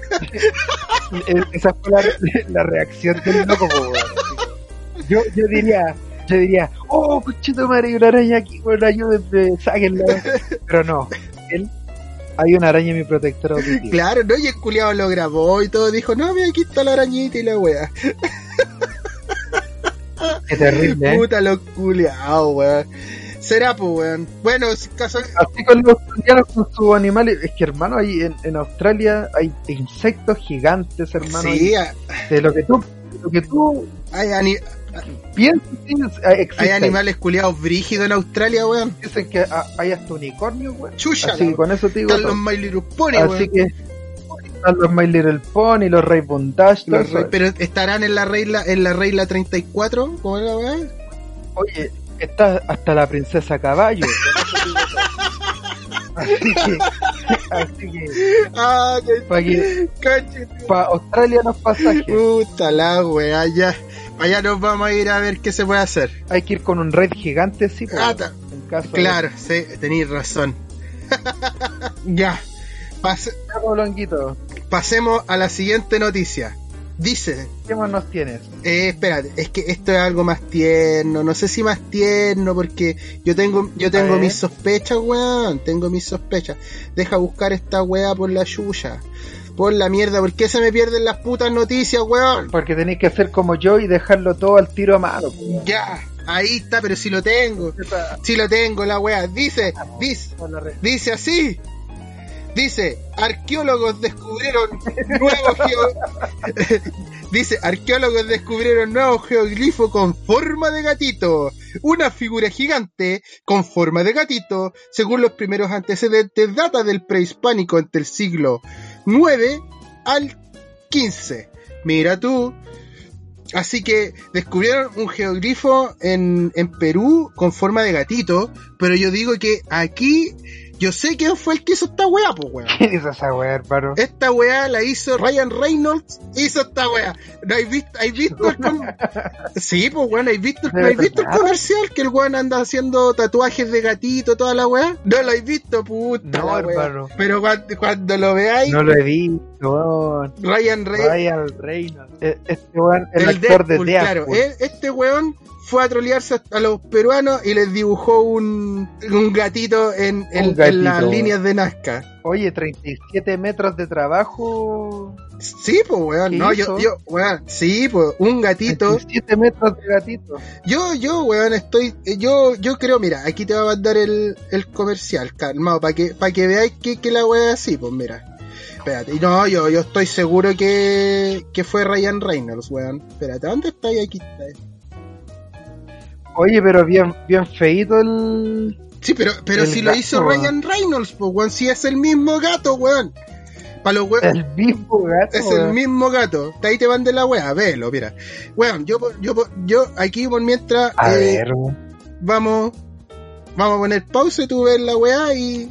esa fue la reacción del loco, weón. Yo diría, oh, cochito madre, hay una araña aquí, bueno, ayúdenme, sáquenla. Pero no, hay una araña en mi protector auditivo. Claro, no, y el culiado lo grabó y todo, dijo, no, mira, aquí está la arañita y la wea. Qué terrible, Puta los culiados, weón. Será, pues, weón. Bueno, caso... Así con los australianos con sus animales, es que, hermano, ahí en Australia hay insectos gigantes, hermano. Sí, de lo que tú lo que tú piensas, existe. Hay animales culiados brígidos en Australia, weón. Dicen que hay hasta unicornios, weón. Chucha, así que con eso te digo están todo. los My Little Pony, Así weón. que están los My Little Pony, los Rainbow Dash, todo eso. Pero estarán en la regla 34, ¿cómo es la weá? Oye, está hasta la princesa caballo. así que para Australia los pasajes. Puta la weá, ya. Allá nos vamos a ir a ver qué se puede hacer. Hay que ir con un raid gigante, sí, en caso claro, sí, tenéis razón. Ya. Pasemos a la siguiente noticia. Dice... ¿Qué más nos tienes? Espérate, es que esto es algo más tierno. No sé si más tierno, porque yo tengo mis sospechas, weón. Tengo mis sospechas. Deja buscar esta weá por la chucha. Por la mierda, ¿por qué se me pierden las putas noticias, weón? Porque tenéis que hacer como yo y dejarlo todo al tiro a mano, weón. Ya, ahí está, pero si lo tengo. Si lo tengo, la weá. Dice así. Dice, arqueólogos descubrieron nuevo geoglifo con forma de gatito. Una figura gigante con forma de gatito, según los primeros antecedentes, data del prehispánico entre el siglo 9 al 15. Mira tú. Así que descubrieron un geoglifo en Perú con forma de gatito, pero yo digo que aquí... Yo sé quién fue el que hizo esta weá, pues weón. ¿Quién hizo esa weá, hermano? Esta weá la hizo Ryan Reynolds, hizo esta weá. ¿No has visto el Sí, pues weón, ¿has visto el comercial? Que el weón anda haciendo tatuajes de gatito, toda la weá. No lo has visto, puta. No, hermano. Pero cuando lo veáis... No lo he visto, weón. Ryan Reynolds. Este weón, el actor Deadpool, de Deadpool. Claro, este weón fue a trolearse a los peruanos y les dibujó un gatito en las líneas de Nazca. Oye, 37 metros de trabajo. Sí, pues, weón. No, yo, weón. Sí, pues, un gatito. 37 metros de gatito. Yo, weón, yo creo, mira, aquí te va a mandar el comercial, calmado, para que veáis que la weá es así, pues, mira. Espérate, no, yo estoy seguro que fue Ryan Reynolds, weón. Espérate, ¿dónde está? Aquí está. Oye, pero bien feíto el... Sí, pero si lo hizo Ryan Reynolds, pues, weón, si es el mismo gato, weón. Para los weón. El mismo gato. Es el mismo gato. Ahí te van de la weá, velo, mira. Weón, yo aquí por mientras... A ver, vamos a poner pausa y tú ves la weá y...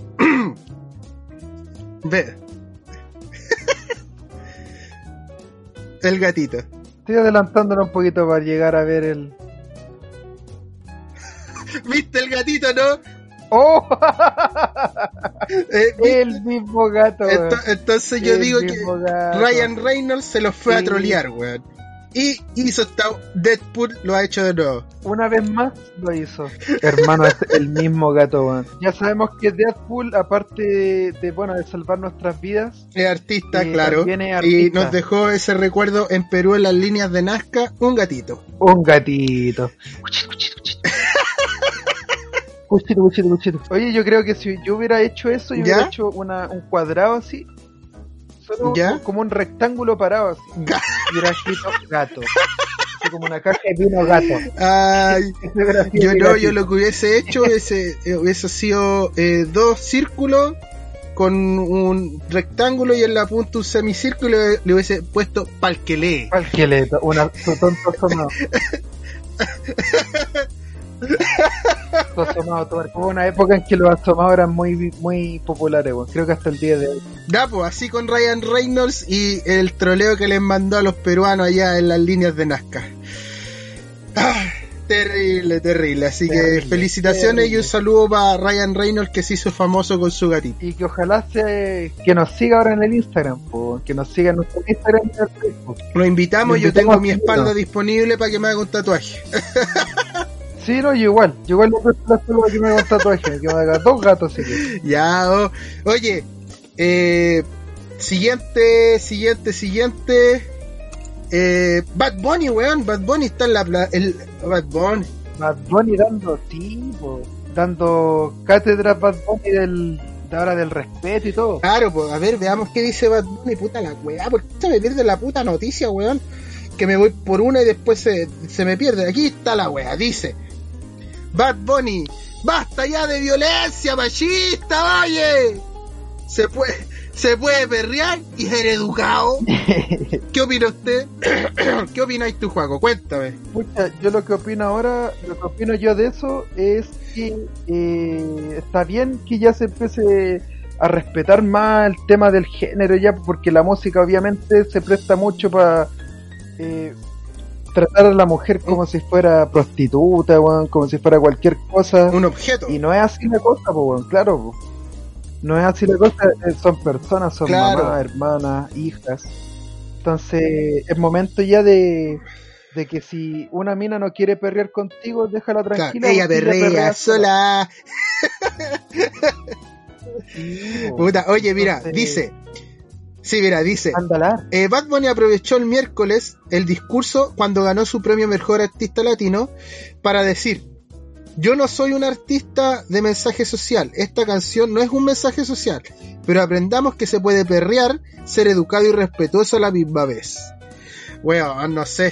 Ve. El gatito. Estoy adelantándolo un poquito para llegar a ver el... ¿Viste el gatito, no? ¡Oh! El mismo gato. Entonces yo digo que Ryan Reynolds se los fue a trolear, weón. Y hizo esta... Deadpool lo ha hecho de nuevo. Una vez más lo hizo. Hermano, es el mismo gato, weón. Ya sabemos que Deadpool, aparte de salvar nuestras vidas, es artista, claro. Es artista. Y nos dejó ese recuerdo en Perú, en las líneas de Nazca, un gatito. Un gatito. Cuchito. Oye, yo creo que si yo hubiera hecho eso, yo hubiera hecho un cuadrado así, solo como un rectángulo parado así. Y hubiera escrito gato. Así como una caja de vino gato. Ay, yo lo que hubiese hecho hubiese sido 2 círculos con un rectángulo y en la punta un semicírculo, le hubiese puesto palquelé. Su tonto sonado. Hubo una época en que los asomados eran muy populares, bueno. Creo que hasta el día de hoy. Pues así con Ryan Reynolds y el troleo que les mandó a los peruanos allá en las líneas de Nazca. Terrible. Así que felicitaciones y un saludo para Ryan Reynolds, que se hizo famoso con su gatito. Y que ojalá que nos siga ahora en el Instagram, que nos siga en nuestro Instagram y en Facebook. Lo invitamos, yo tengo mi espalda disponible para que me haga un tatuaje. Sí, no, yo igual le presto la espalda para que me haga un tatuaje, que me haga 2 gatos, sí que. Ya, oye, siguiente. Bad Bunny, weón. Bad Bunny está en Bad Bunny dando cátedra Bad Bunny del respeto y todo. Claro, pues, a ver, veamos qué dice Bad Bunny, puta la weá. ¿Por qué se me pierde la puta noticia, weón? que me voy por una y después se me pierde. Aquí está la wea, dice Bad Bunny, basta ya de violencia machista, oye. Se puede perrear y ser educado. ¿Qué opina usted? ¿Qué opináis tú, Juaco? Cuéntame. Pucha, yo lo que opino yo de eso es que está bien que ya se empiece a respetar más el tema del género ya, porque la música obviamente se presta mucho para tratar a la mujer como si fuera prostituta, weón, como si fuera cualquier cosa. Un objeto. Y no es así la cosa, weón, claro, po. No es así la cosa, son personas, son mamás, hermanas, hijas. Entonces, es momento ya de que si una mina no quiere perrear contigo, déjala tranquila. Ella perrea sola. Sí, puta, oye, mira, dice. Andalar. Bad Bunny aprovechó el miércoles el discurso cuando ganó su premio Mejor Artista Latino para decir: yo no soy un artista de mensaje social, esta canción no es un mensaje social, pero aprendamos que se puede perrear, ser educado y respetuoso a la misma vez. Weón, no sé.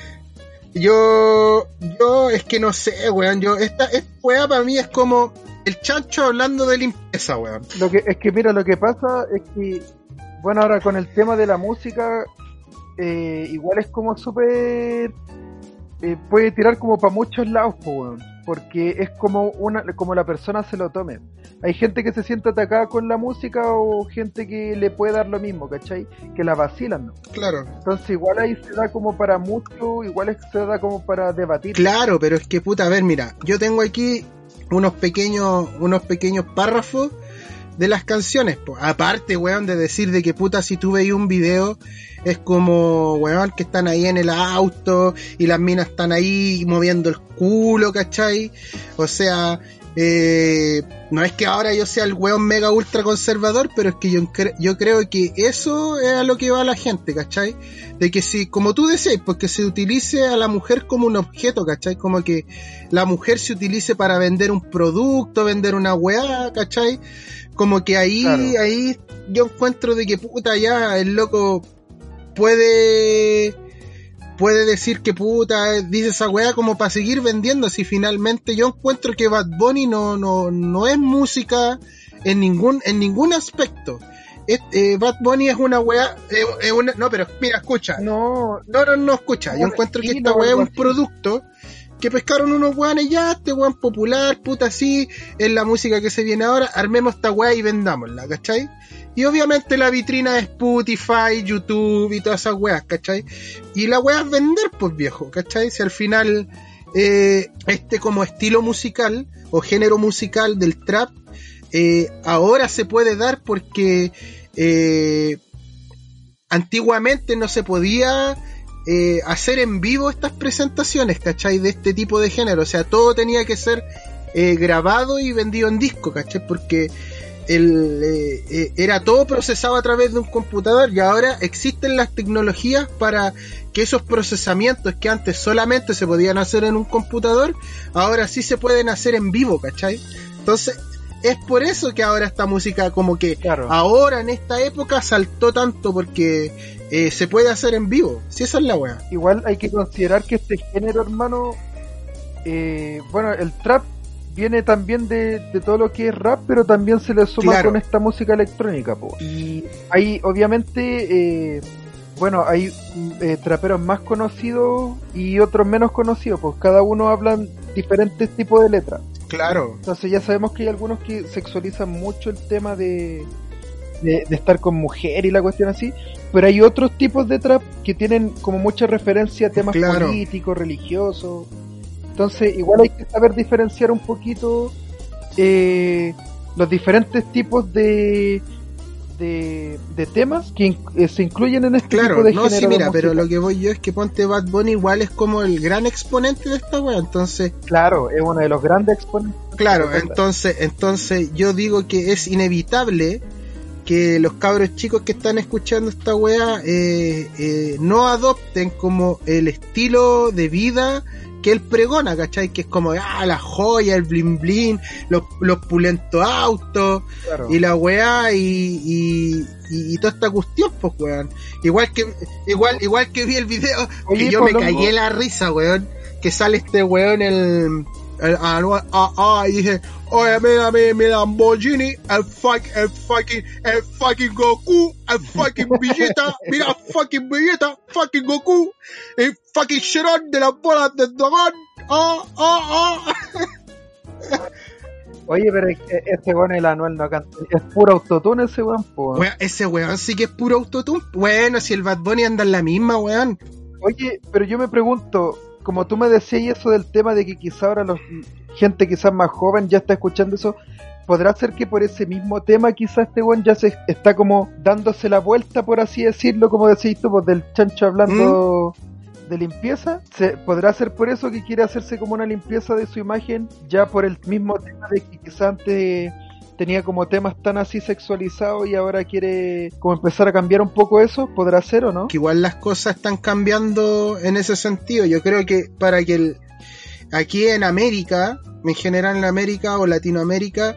Yo es que no sé, weón. Esta weá para mí es como el chancho hablando de limpieza, weón. Lo que pasa es que, bueno, ahora con el tema de la música, igual es como súper... puede tirar como para muchos lados, weón. Porque es como la persona se lo tome. Hay gente que se siente atacada con la música o gente que le puede dar lo mismo, ¿cachai? Que la vacilan, ¿no? Claro. Entonces igual ahí se da como para mucho, igual se da como para debatir. Claro, pero es que puta, a ver, mira, yo tengo aquí unos pequeños párrafos de las canciones, po. Aparte, weón, de decir de que puta, si tú veis un video, es como, weón, que están ahí en el auto y las minas están ahí moviendo el culo, ¿cachai? O sea, no es que ahora yo sea el weón mega ultra conservador, pero es que yo creo que eso es a lo que va la gente, ¿cachai? De que si, como tú decís, pues que se utilice a la mujer como un objeto, ¿cachai? Como que la mujer se utilice para vender un producto, vender una weá, ¿cachai? Como que ahí yo encuentro de que puta ya el loco puede decir que puta dice esa weá como para seguir vendiendo. Si finalmente yo encuentro que Bad Bunny no es música en ningún aspecto. Bad Bunny es una weá, no, pero mira, escucha. No, escucha. Yo encuentro que esta weá es un producto que pescaron unos weones, ya, este weón popular, puta, así, es la música que se viene ahora, armemos esta weá y vendámosla, ¿cachai? Y obviamente la vitrina es Spotify, YouTube y todas esas weas, ¿cachai? Y la weá es vender, pues viejo, ¿cachai? Si al final este como estilo musical o género musical del trap ahora se puede dar porque antiguamente no se podía hacer en vivo estas presentaciones, ¿cachai? De este tipo de género, o sea, todo tenía que ser grabado y vendido en disco, ¿cachai? Porque era todo procesado a través de un computador y ahora existen las tecnologías para que esos procesamientos que antes solamente se podían hacer en un computador, ahora sí se pueden hacer en vivo, ¿cachai? Entonces es por eso que ahora esta música como que ahora en esta época saltó tanto, porque se puede hacer en vivo, si esa es la weá. Igual hay que considerar que este género, hermano, bueno, el trap viene también de todo lo que es rap, pero también se le suma con esta música electrónica, po. Y hay obviamente bueno, hay traperos más conocidos y otros menos conocidos, pues cada uno hablan diferentes tipos de letras. Claro. Entonces ya sabemos que hay algunos que sexualizan mucho el tema de estar con mujer y la cuestión así, pero hay otros tipos de trap que tienen como mucha referencia a temas políticos, religiosos. Entonces igual hay que saber diferenciar un poquito los diferentes tipos de temas que se incluyen en este tipo de género. Sí, mira, pero lo que voy yo es que ponte Bad Bunny igual es como el gran exponente de esta wea, entonces... Claro, es uno de los grandes exponentes. Claro, entonces yo digo que es inevitable que los cabros chicos que están escuchando esta weá no adopten como el estilo de vida que él pregona, ¿cachai? Que es como la joya, el blin blin, los pulentos autos, claro. Y la weá y toda esta cuestión, pues weón. Igual que vi el video, oye, que yo me cagué la risa, weón, que sale este weón y dije, oye, mira mi Lamborghini, el fucking Goku, el fucking Vegeta, mira fucking Vegeta, fucking Goku, el fucking Sharon de las bolas del dragón, Oye, pero ese weón el Anuel no canta, es puro autotune ese weón, po. Weón, ese weón sí que es puro autotune. Bueno, si el Bad Bunny anda en la misma, weón. Oye, pero yo me pregunto, como tú me decías eso del tema de que quizá ahora gente quizás más joven ya está escuchando eso, ¿podrá ser que por ese mismo tema quizás este weón ya se está como dándose la vuelta, por así decirlo, como decís tú, pues del chancho hablando de limpieza? ¿Podrá ser por eso que quiere hacerse como una limpieza de su imagen, ya por el mismo tema de que quizás antes tenía como temas tan así sexualizados y ahora quiere como empezar a cambiar un poco eso? ¿Podrá ser o no? Que igual las cosas están cambiando en ese sentido. Yo creo que para que aquí en América, en general en América o Latinoamérica,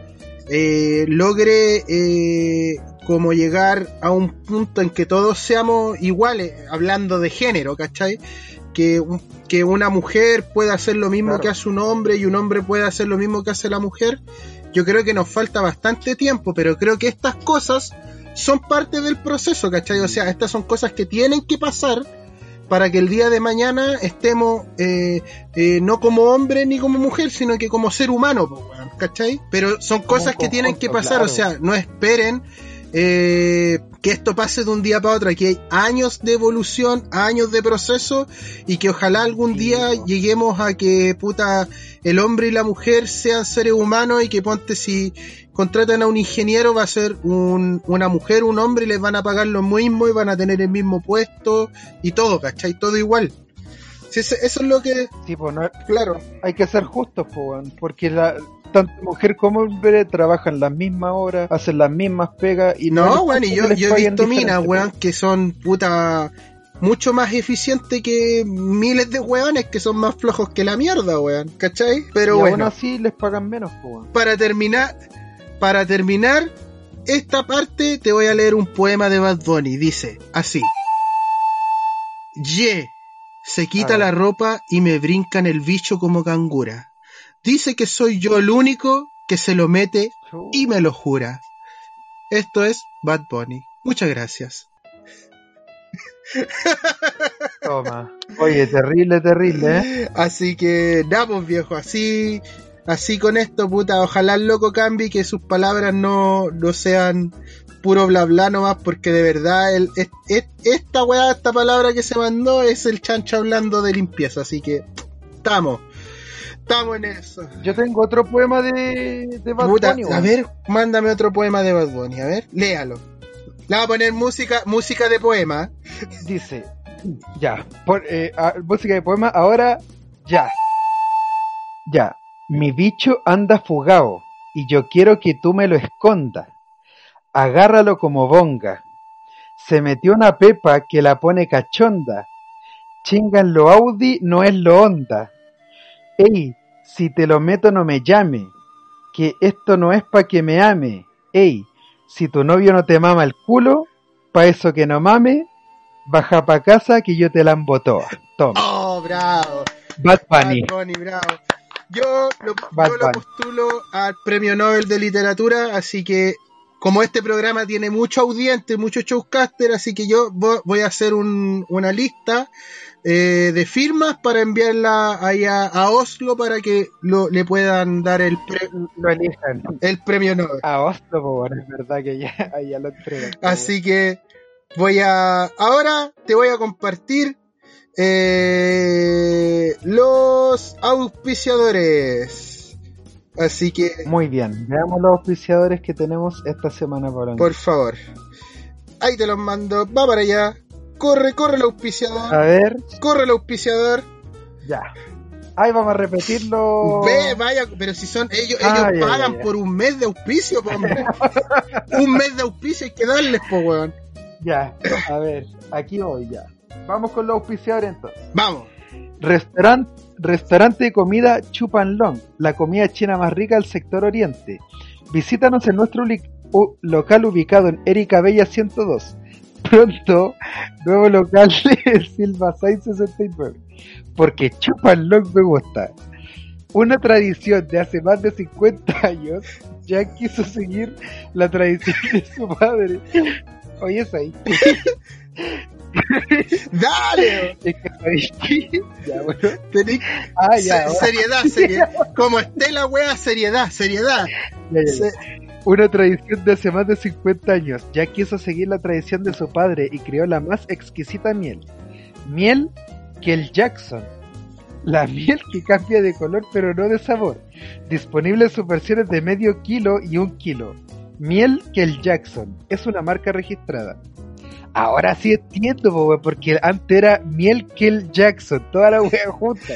logre como llegar a un punto en que todos seamos iguales, hablando de género, ¿cachai? Que una mujer pueda hacer lo mismo, claro, que hace un hombre, y un hombre pueda hacer lo mismo que hace la mujer. Yo creo que nos falta bastante tiempo, pero creo que estas cosas son parte del proceso, ¿cachai? O sea, estas son cosas que tienen que pasar para que el día de mañana estemos no como hombre ni como mujer, sino que como ser humano, ¿cachai? Pero son cosas que tienen que pasar, claro. O sea, no esperen que esto pase de un día para otro. Aquí hay años de evolución, años de proceso, y que ojalá algún día lleguemos a que el hombre y la mujer sean seres humanos, y que ponte, si contratan a un ingeniero, va a ser una mujer, un hombre, y les van a pagar lo mismo y van a tener el mismo puesto y todo, ¿cachai? Todo igual. Sí, eso es lo que... Sí, pues no, claro. Hay que ser justos, pues, porque tanto mujer como hombre trabajan las mismas horas, hacen las mismas pegas y no, weón, y yo he visto minas, weón, que son mucho más eficientes que miles de weones que son más flojos que la mierda, weón, ¿cachai? Pero y bueno, aún así les pagan menos, weón. Para terminar esta parte, te voy a leer un poema de Bad Bunny. Dice así: se quita la ropa y me brincan el bicho como cangura. Dice que soy yo el único que se lo mete y me lo jura. Esto es Bad Bunny. Muchas gracias. Toma. Oye, terrible, ¿eh? Así que, pues viejo, así con esto, ojalá el loco cambie y que sus palabras no sean puro bla bla nomás, porque de verdad esta palabra que se mandó es el chancho hablando de limpieza, así que estamos en eso. Yo tengo otro poema de Bad Bunny. A ver, mándame otro poema de Bad Bunny, a ver, léalo. Le voy a poner música de poema. Dice, música de poema, ahora, ya. Mi bicho anda fugado y yo quiero que tú me lo escondas. Agárralo como bonga. Se metió una pepa que la pone cachonda. Chinga en lo Audi, no es lo Honda. Ey, si te lo meto no me llame, que esto no es pa' que me ame. Ey, si tu novio no te mama el culo, pa' eso que no mame, baja pa' casa que yo te la embotoa. Toma. Oh, bravo. Bad Bunny. Bad Bunny, bravo. Yo lo postulo al Premio Nobel de Literatura, así que como este programa tiene mucho audiente, mucho showcaster, así que yo voy a hacer una lista de firmas para enviarla ahí a Oslo para que le puedan dar el premio Nobel. A Oslo, bueno, es verdad que ya lo entregan. Así que ahora te voy a compartir los auspiciadores. Así que... Muy bien, veamos los auspiciadores que tenemos esta semana, Pablo. Por favor. Ahí te los mando, va para allá. Corre el auspiciador. A ver. Corre el auspiciador. Ya. Ay, vamos a repetirlo. Vaya, pero si son ellos Ya, pagan ya. por un mes de auspicio, po, hombre. Un mes de auspicio hay que darles, po, weón. Ya, a ver, aquí voy ya. Vamos con los auspiciadores entonces. Vamos. Restaurante de comida Chupan Long, la comida china más rica del sector oriente. Visítanos en nuestro local ubicado en Erika Bella 102. Pronto, nuevo local de Silva 669. Porque Chupan Long me gusta. Una tradición de hace más de 50 años, ya quiso seguir la tradición de su padre. Oye, es ahí. Dale. Es que ¿sabes qué? Ya, bueno. Tenés... Ya, ahora. seriedad. Como esté la wea, seriedad. Ya. Una tradición de hace más de 50 años. Ya quiso seguir la tradición de su padre y creó la más exquisita miel. Miel Kel Jackson. La miel que cambia de color pero no de sabor. Disponible en sus versiones de medio kilo y 1 kilo. Miel Kel Jackson. Es una marca registrada. Ahora sí entiendo, po, porque antes era Miel Kel Jackson. Toda la wea junta.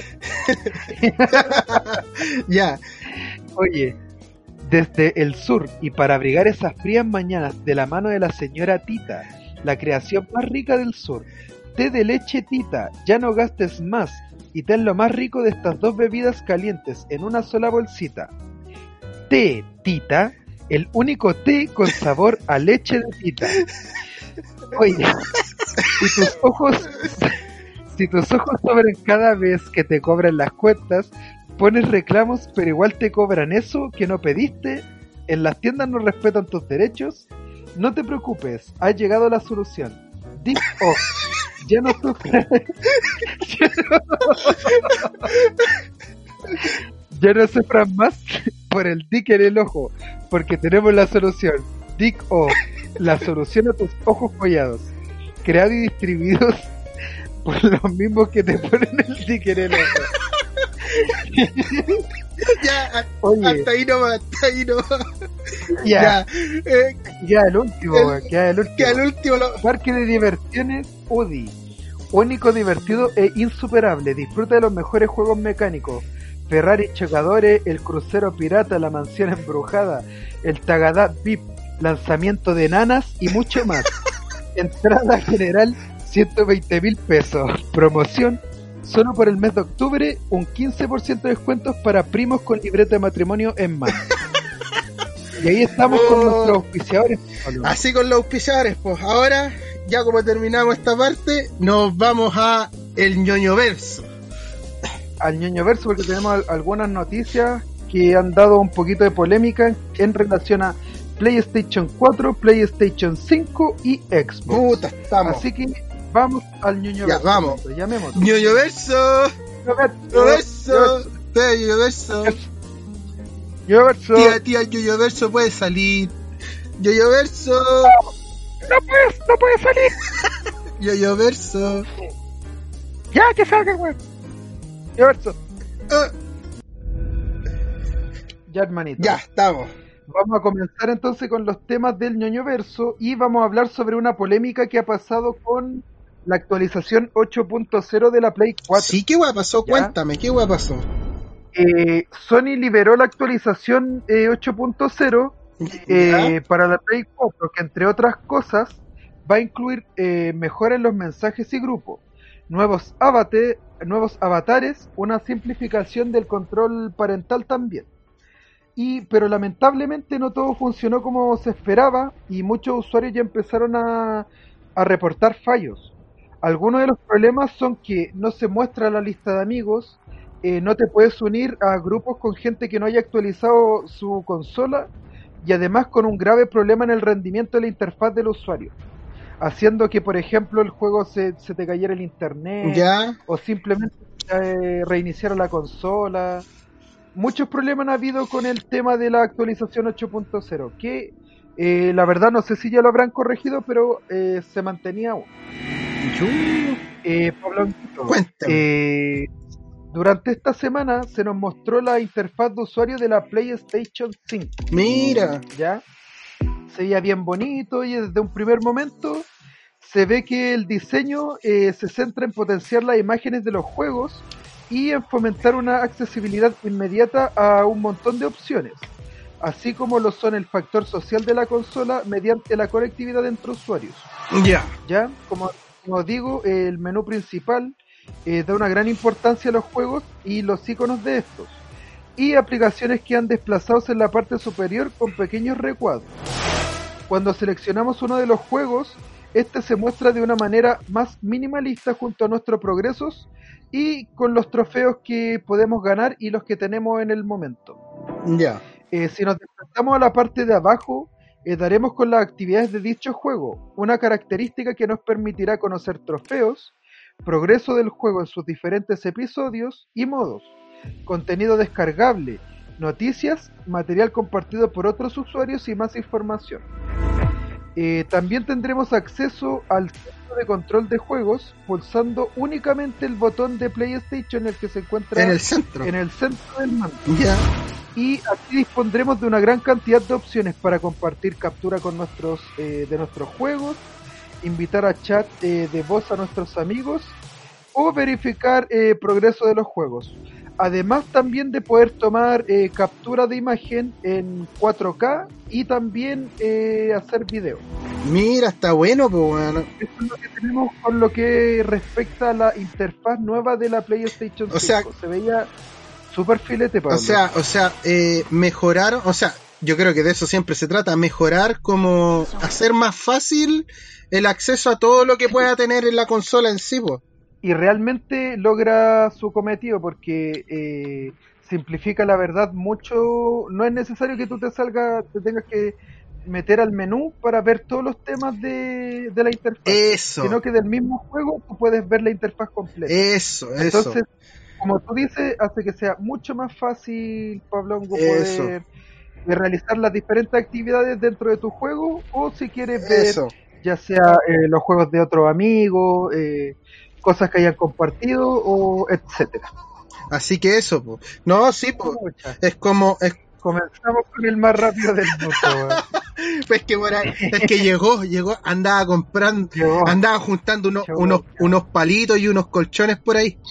Ya. Oye, desde el sur y para abrigar esas frías mañanas de la mano de la señora Tita, la creación más rica del sur, té de leche Tita, ya no gastes más y ten lo más rico de estas dos bebidas calientes en una sola bolsita. Té Tita, el único té con sabor a leche de Tita. Oye, si tus ojos sobran cada vez que te cobran las cuentas, pones reclamos, pero igual te cobran eso que no pediste, en las tiendas no respetan tus derechos, no te preocupes, ha llegado la solución. Dick Off. Ya no sufras. Ya no sufras más por el dick en el ojo, porque tenemos la solución. Dick Off, la solución a tus ojos follados. Creado y distribuidos por los mismos que te ponen el dick en el ojo. Ya, Oye. hasta ahí nomás. Ya. Ya, Ya el último, ya el último. que al último Parque de diversiones UDI. Único, divertido e insuperable. Disfruta de los mejores juegos mecánicos. Ferrari chocadores, el crucero pirata, la mansión embrujada, el Tagadá VIP, lanzamiento de nanas y mucho más. Entrada general 120,000 pesos. Promoción solo por el mes de octubre, un 15% de descuentos para primos con libreta de matrimonio en más. Y ahí estamos con nuestros auspiciadores. Así con los auspiciadores, pues ahora, ya como terminamos esta parte, nos vamos a el ñoño verso. Al ñoño verso, porque tenemos algunas noticias que han dado un poquito de polémica en relación a PlayStation 4, PlayStation 5 y Xbox. Puta, estamos. Así que vamos al ñoño Ya, verso. vamos. Llamémoslo. ñoño verso. ñoño verso. ñoño verso. ñoño verso. Tía, el ñoño verso puede salir. ñoño verso. No puedes salir. ñoño verso. Ya, que salga, weón. ñoño verso. Ah, Ya, hermanito. ya, estamos. Vamos a comenzar entonces con los temas del ñoño verso y vamos a hablar sobre una polémica que ha pasado con la actualización 8.0 de la Play 4. Sí, ¿qué hueá pasó? ¿Ya? Cuéntame, ¿qué hueá pasó? Sony liberó la actualización 8.0 ¿Ya? para la Play 4, que entre otras cosas va a incluir mejoras en los mensajes y grupos, nuevos avatares, una simplificación del control parental también. Pero lamentablemente no todo funcionó como se esperaba y muchos usuarios ya empezaron a reportar fallos. Algunos de los problemas son que no se muestra la lista de amigos, no te puedes unir a grupos con gente que no haya actualizado su consola y además con un grave problema en el rendimiento de la interfaz del usuario, haciendo que por ejemplo el juego se te cayera el internet ¿Ya? o simplemente reiniciara la consola. Muchos problemas han habido con el tema de la actualización 8.0, que la verdad no sé si ya lo habrán corregido, pero se mantenía aún. Pablo, Cuéntame. durante esta semana se nos mostró la interfaz de usuario de la PlayStation 5. Mira. ¿Ya? Se veía bien bonito y desde un primer momento se ve que el diseño se centra en potenciar las imágenes de los juegos y en fomentar una accesibilidad inmediata a un montón de opciones, así como lo son el factor social de la consola mediante la conectividad entre usuarios. Ya, como digo, el menú principal da una gran importancia a los juegos y los iconos de estos, y aplicaciones que han desplazados en la parte superior con pequeños recuadros. Cuando seleccionamos uno de los juegos, este se muestra de una manera más minimalista junto a nuestros progresos y con los trofeos que podemos ganar y los que tenemos en el momento. Si nos desplazamos a la parte de abajo, daremos con las actividades de dicho juego, una característica que nos permitirá conocer trofeos, progreso del juego en sus diferentes episodios y modos, contenido descargable, noticias, material compartido por otros usuarios y más información. También tendremos acceso al centro de control de juegos pulsando únicamente el botón de PlayStation, el que se encuentra en el centro del mando. Y aquí dispondremos de una gran cantidad de opciones para compartir captura con de nuestros juegos, invitar a chat de voz a nuestros amigos o verificar progreso de los juegos. Además también de poder tomar captura de imagen en 4K y también hacer video. Mira, está bueno, pues bueno. Esto es lo que tenemos con lo que respecta a la interfaz nueva de la PlayStation 5. Se veía súper filete, Pablo. O sea, mejoraron, yo creo que de eso siempre se trata, mejorar, como hacer más fácil el acceso a todo lo que pueda tener en la consola en sí, pues. Y realmente logra su cometido porque simplifica la verdad mucho. No es necesario que tú te tengas que meter al menú para ver todos los temas de la interfaz, sino que del mismo juego tú puedes ver la interfaz completa. Entonces, como tú dices, hace que sea mucho más fácil, Pablo, poder realizar las diferentes actividades dentro de tu juego, o si quieres ver ya sea los juegos de otros amigos, cosas que hayan compartido, o etcétera. Así que eso, po. No, sí, po. Es como... Comenzamos con el más rápido del mundo. Pues que por ahí, es que llegó, andaba comprando, andaba juntando unos palitos y unos colchones por ahí.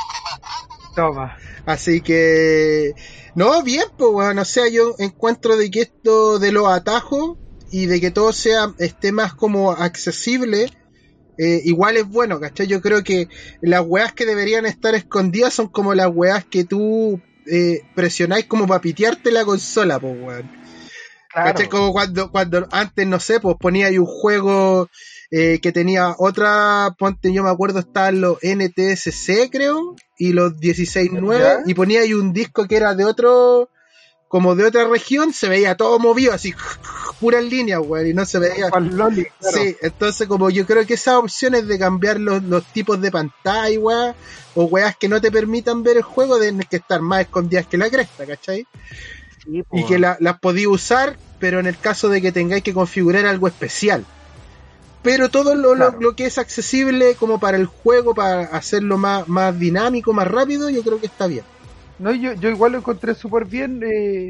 Toma. Así que... No, bien, pues, bueno, o sea, yo encuentro de que esto de los atajos y de que todo esté más como accesible, igual es bueno, ¿cachai? Yo creo que las weas que deberían estar escondidas son como las weas que tú presionáis como para pitearte la consola, pues, weón. Claro. ¿Cachai? Como cuando antes, no sé, pues ponía ahí un juego que tenía otra, ponte, yo me acuerdo, estaban los NTSC, creo, y los 16.9, y ponía ahí un disco que era de otro, como de otra región, se veía todo movido, así, pura en línea, weón, y no se veía. Loli, claro. Sí, entonces como yo creo que esas opciones de cambiar los tipos de pantalla, weón, o weas que no te permitan ver el juego, deben que estar más escondidas que la cresta, ¿cachai? Sí, y que las podéis usar, pero en el caso de que tengáis que configurar algo especial. Pero todo lo que es accesible como para el juego, para hacerlo más dinámico, más rápido, yo creo que está bien. No, yo igual lo encontré súper bien,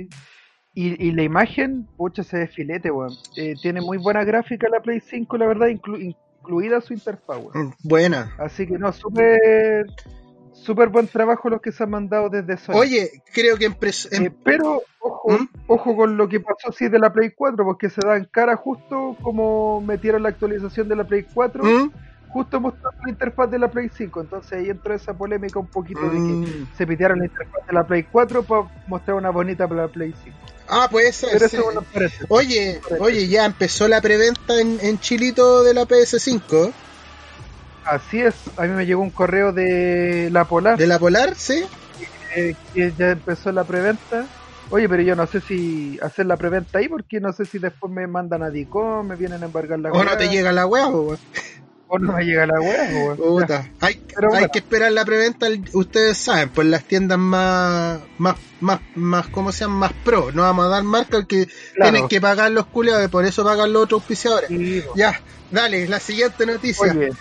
y la imagen, pucha, se ve filete, weón. Tiene muy buena gráfica la Play 5, la verdad, incluida su interfaz, weón. Buena. Así que no, súper buen trabajo los que se han mandado desde Sony. Oye, creo que pero, ojo con lo que pasó de la Play 4, porque se da en cara justo como metieron la actualización de la Play 4, justo mostrando la interfaz de la Play 5, entonces ahí entró esa polémica un poquito de que se pitearon la interfaz de la Play 4 para mostrar una bonita para la Play 5. Ah, puede ser. Pero eso no parece. Oye, ya empezó la preventa en Chilito de la PS5. Así es, a mí me llegó un correo de La Polar. ¿De La Polar? Sí. Que ya empezó la preventa. Oye, pero yo no sé si hacer la preventa ahí, porque no sé si después me mandan a Dicom, me vienen a embargar la weá. O no te llega la weá, weón. O no me llega la weá, weón. Puta. Hay que esperar la preventa, ustedes saben, pues las tiendas más, ¿cómo se llaman? Más pro. No vamos a dar marca que tienen que pagar los culiados, por eso pagan los otros auspiciadores. Sí, ya, dale, la siguiente noticia. Oye,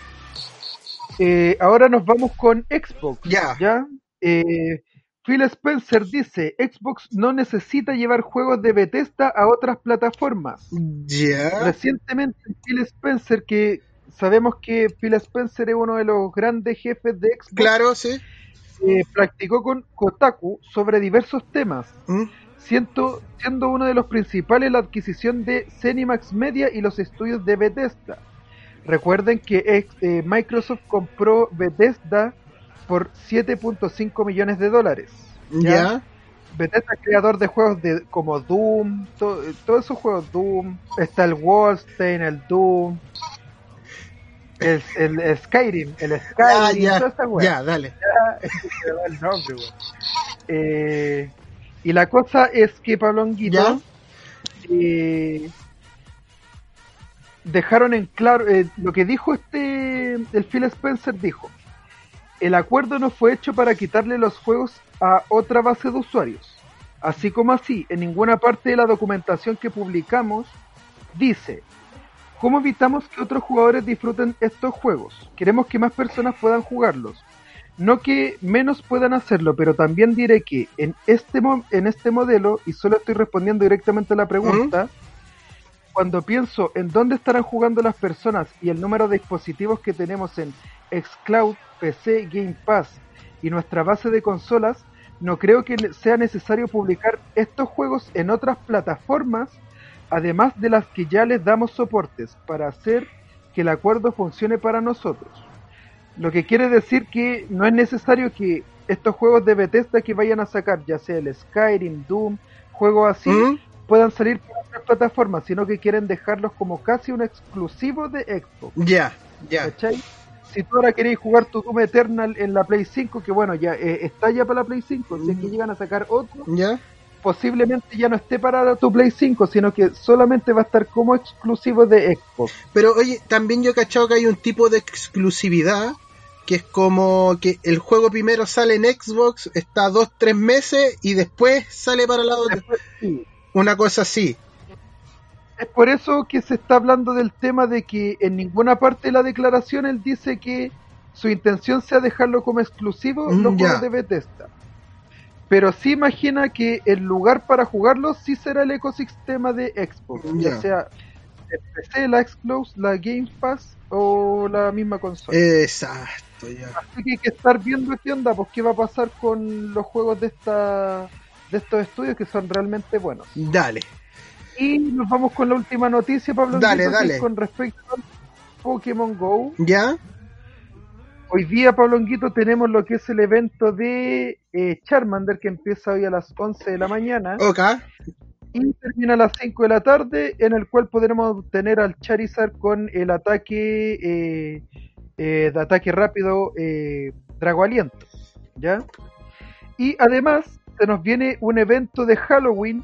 ahora nos vamos con Xbox. ¿Ya? Phil Spencer dice, Xbox no necesita llevar juegos de Bethesda a otras plataformas. ¿Ya? Recientemente Phil Spencer, que sabemos que Phil Spencer es uno de los grandes jefes de Xbox. Claro, sí. practicó con Kotaku sobre diversos temas, siendo uno de los principales la adquisición de Zenimax Media y los estudios de Bethesda. Recuerden que Microsoft compró Bethesda por $7.5 millones. ¿Ya? Bethesda es creador de juegos como Doom, todos esos juegos Doom, está el Wolfenstein, el Doom, el Skyrim, toda esa wea. Ya, dale. El nombre, y la cosa es que Pablo Honguito dejaron en claro lo que dijo el Phil Spencer dijo: el acuerdo no fue hecho para quitarle los juegos a otra base de usuarios, así como así en ninguna parte de la documentación que publicamos dice cómo evitamos que otros jugadores disfruten estos juegos. Queremos que más personas puedan jugarlos, no que menos puedan hacerlo, pero también diré que en este modelo, y solo estoy respondiendo directamente a la pregunta, cuando pienso en dónde estarán jugando las personas y el número de dispositivos que tenemos en xCloud, PC, Game Pass y nuestra base de consolas, no creo que sea necesario publicar estos juegos en otras plataformas, además de las que ya les damos soportes, para hacer que el acuerdo funcione para nosotros. Lo que quiere decir que no es necesario que estos juegos de Bethesda que vayan a sacar, ya sea el Skyrim, Doom, juegos así, puedan salir por otras plataformas, sino que quieren dejarlos como casi un exclusivo de Xbox. Ya. ¿Cachai? Si tú ahora queréis jugar tu Doom Eternal en la Play 5, que bueno, ya está ya para la Play 5, si es que llegan a sacar otro, posiblemente ya no esté para tu Play 5, sino que solamente va a estar como exclusivo de Xbox. Pero oye, también yo he cachado que hay un tipo de exclusividad, que es como que el juego primero sale en Xbox, está 2-3 meses y después sale para la otra. Sí. Una cosa así. Es por eso que se está hablando del tema de que en ninguna parte de la declaración él dice que su intención sea dejarlo como exclusivo los juegos de Bethesda. Pero sí imagina que el lugar para jugarlo sí será el ecosistema de Xbox, ya sea el PC, la Xbox, la Game Pass o la misma consola. Exacto, ya. Así que hay que estar viendo qué onda, pues qué va a pasar con los juegos de estos estudios que son realmente buenos. Dale. Y nos vamos con la última noticia, Pablo. Dale. Con respecto al Pokémon GO. ¿Ya? Hoy día, Pablo Honguito, tenemos lo que es el evento de Charmander, que empieza hoy a las 11 de la mañana. Ok. Y termina a las 5 de la tarde, en el cual podremos obtener al Charizard con el ataque de ataque rápido Drago Aliento. ¿Ya? Y además, se nos viene un evento de Halloween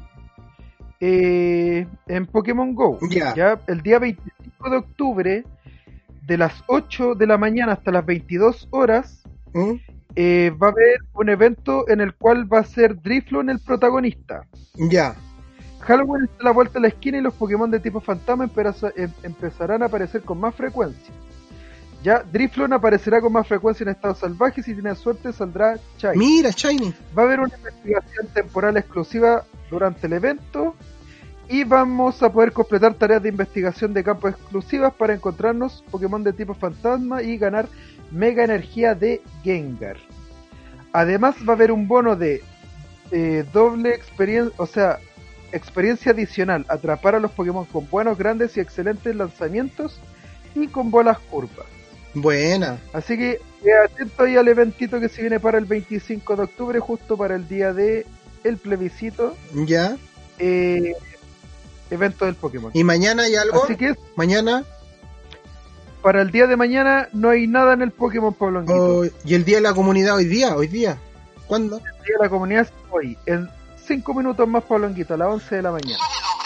en Pokémon GO. ¿Ya? El día 25 de octubre, de las 8 de la mañana hasta las 22 horas, va a haber un evento en el cual va a ser Drifloon el protagonista. Ya. Halloween está a la vuelta de la esquina y los Pokémon de tipo fantasma empezarán a aparecer con más frecuencia. Ya, Drifloon aparecerá con más frecuencia en estado salvaje y si tiene suerte saldrá Shiny. Mira, Shiny. Va a haber una investigación temporal exclusiva durante el evento y vamos a poder completar tareas de investigación de campo exclusivas para encontrarnos Pokémon de tipo fantasma y ganar Mega Energía de Gengar. Además va a haber un bono de doble experiencia, o sea, experiencia adicional, atrapar a los Pokémon con buenos, grandes y excelentes lanzamientos y con bolas curvas. Buena. Así que atento ahí al eventito que se viene para el 25 de octubre, justo para el día de el plebiscito. Ya. Evento del Pokémon. ¿Y mañana hay algo? Así que mañana. Para el día de mañana no hay nada en el Pokémon, Pablo Honguito. ¿Y el día de la comunidad hoy día? ¿Cuándo? El día de la comunidad es hoy, en 5 minutos más, Pablo Honguito, a las 11 de la mañana.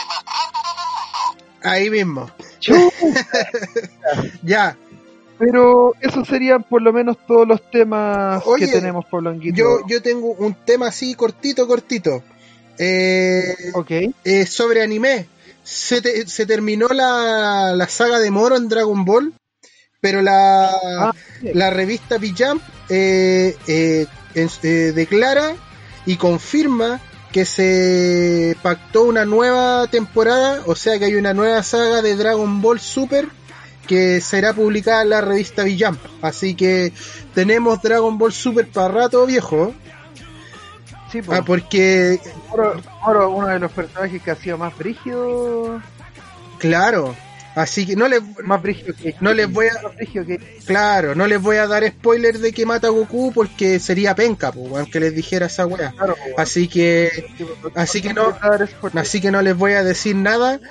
Ahí mismo. Ya. Pero esos serían por lo menos todos los temas que tenemos, Pablo Honguito. Yo tengo un tema así cortito. Sobre anime. Se terminó la saga de Moro en Dragon Ball, pero la revista P-Jump declara y confirma que se pactó una nueva temporada, o sea que hay una nueva saga de Dragon Ball Super que será publicada en la revista Villamp. Así que tenemos Dragon Ball Super para rato, viejo. Sí, pues. Porque... Moro, uno de los personajes que ha sido más brígido. Claro. Así que más brígido que... No les voy a... Claro, no les voy a dar spoiler de que mata a Goku porque sería penca, pues, aunque les dijera esa wea. Claro, así que no les voy a decir nada.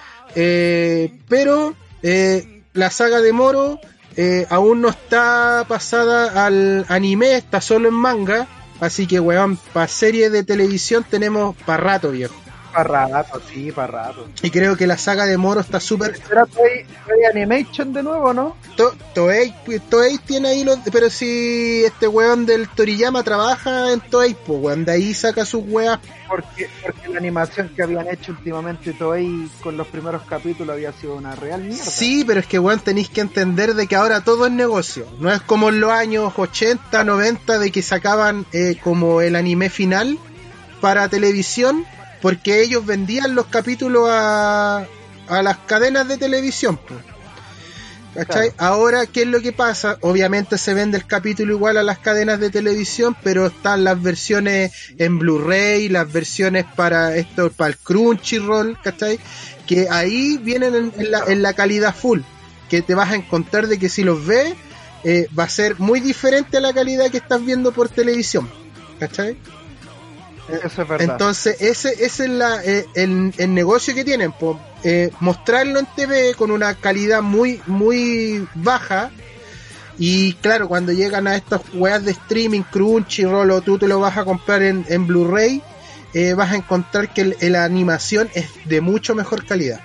Pero la saga de Moro aún no está pasada al anime, está solo en manga. Así que, weón, para serie de televisión tenemos para rato, viejo. Para rato. Y creo que la saga de Moro está súper... ¿Será Toei Animation de nuevo, no? Toei tiene ahí los... Pero si este weón del Toriyama trabaja en Toei, pues weón, de ahí saca sus weas. Porque la animación que habían hecho últimamente Toei con los primeros capítulos había sido una real mierda. Sí, pero es que weón, tenéis que entender de que ahora todo es negocio. No es como en los años 80, 90 de que sacaban como el anime final para televisión, porque ellos vendían los capítulos a las cadenas de televisión, pues. ¿Cachai? Claro. Ahora, ¿qué es lo que pasa? Obviamente se vende el capítulo igual a las cadenas de televisión, pero están las versiones en Blu-ray, las versiones para el Crunchyroll, ¿cachai? Que ahí vienen en la calidad full, que te vas a encontrar de que si los ves, va a ser muy diferente a la calidad que estás viendo por televisión, ¿cachai? Eso es verdad. Entonces ese es el negocio que tienen, mostrarlo en TV con una calidad muy muy baja, y claro, cuando llegan a estas weas de streaming, Crunchyroll, o tú te lo vas a comprar en Blu-ray, vas a encontrar que la animación es de mucho mejor calidad.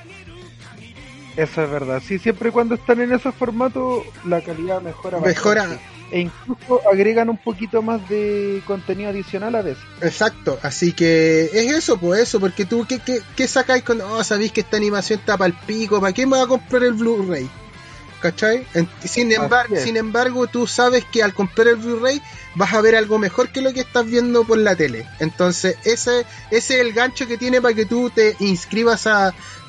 Eso es verdad, sí, siempre y cuando están en esos formatos la calidad mejora bastante. E incluso agregan un poquito más de contenido adicional a veces. Exacto, así que es eso, pues eso, porque tú, ¿qué sacáis con... sabéis que esta animación está para el pico, ¿para qué me va a comprar el Blu-ray? ¿Cachai? Sin embargo, tú sabes que al comprar el Blu-ray vas a ver algo mejor que lo que estás viendo por la tele. Entonces, ese es el gancho que tiene para que tú te inscribas a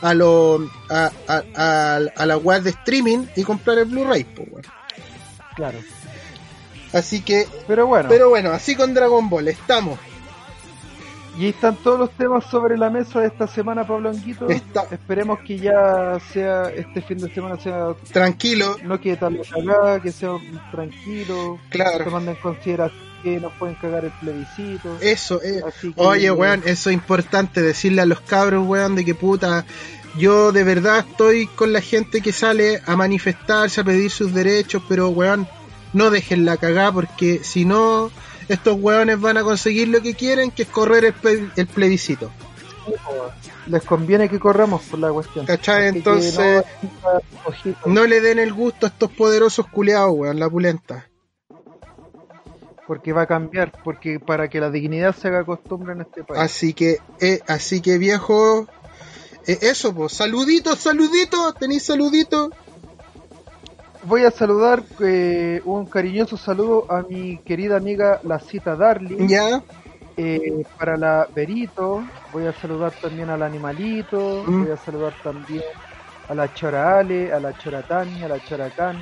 la web de streaming y comprar el Blu-ray, pues bueno. Claro. Así que, pero bueno, así con Dragon Ball estamos. Y ahí están todos los temas sobre la mesa de esta semana, Pablo Anguito. Esperemos que ya sea este fin de semana sea tranquilo, no quede tan cagada, que sea tranquilo, claro, tomando en consideración que nos pueden cagar el plebiscito. Eso es. Oye, weón, eso es importante decirle a los cabros, weón, de que puta, yo de verdad estoy con la gente que sale a manifestarse, a pedir sus derechos, pero weón, no dejen la cagada, porque si no, estos hueones van a conseguir lo que quieren, que es correr el plebiscito. Les conviene que corramos por la cuestión. ¿Cachai? Entonces, no le den el gusto a estos poderosos culiados, weón, la pulenta. Porque va a cambiar, porque para que la dignidad se haga costumbre en este país. Así que viejo, eso, pues, saluditos, ¿tenéis saluditos? Voy a saludar, un cariñoso saludo a mi querida amiga La Cita Darling. Ya. Para la Berito, voy a saludar también al Animalito, voy a saludar también a la Chora Ale, a la Chora Tani, a la Chora Can.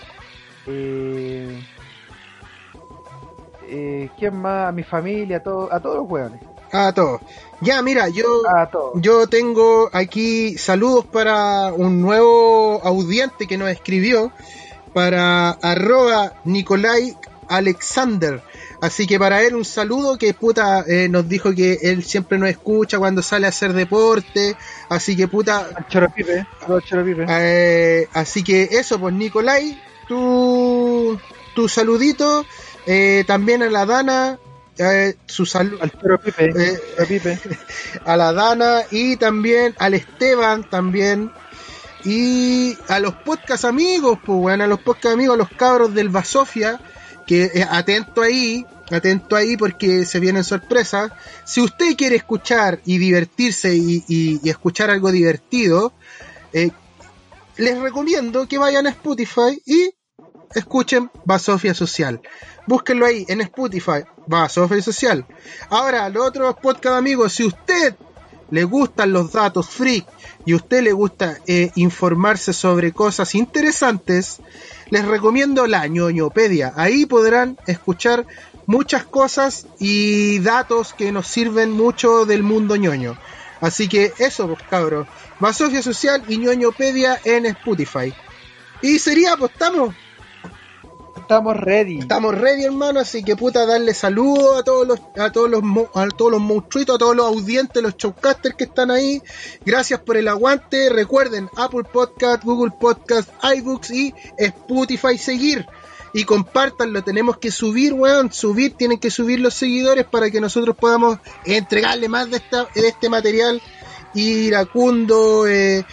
¿Quién más? A mi familia, a todos los hueones. A todos. Ya, mira, yo tengo aquí saludos para un nuevo audiente que nos escribió, para @Nicolai Alexander. Así que para él un saludo, que puta, nos dijo que él siempre nos escucha cuando sale a hacer deporte. Así que puta... Choropipe. Así que eso, pues Nicolai, tu saludito. También a la Dana. Su salud al Pipe. A la Dana, y también al Esteban también, y a los podcast amigos, pues bueno, a los podcast amigos, a los cabros del Basofia, que atento ahí porque se vienen sorpresas. Si usted quiere escuchar y divertirse y escuchar algo divertido, les recomiendo que vayan a Spotify y escuchen Basofia Social. Búsquenlo ahí en Spotify, Basofia Social. Ahora, los otros podcast amigos, si usted le gustan los datos freak y a usted le gusta informarse sobre cosas interesantes, les recomiendo la ñoñopedia. Ahí podrán escuchar muchas cosas y datos que nos sirven mucho del mundo ñoño. Así que eso, pues cabros, Basofia Social y ñoñopedia en Spotify. Y sería, pues Estamos ready. Estamos ready, hermano, así que puta, darle saludos a todos los monstruitos, a todos los audientes, los showcasters que están ahí. Gracias por el aguante. Recuerden, Apple Podcast, Google Podcast, iBooks y Spotify seguir. Y compártanlo, tenemos que subir, weón, tienen que subir los seguidores para que nosotros podamos entregarle más de este material iracundo,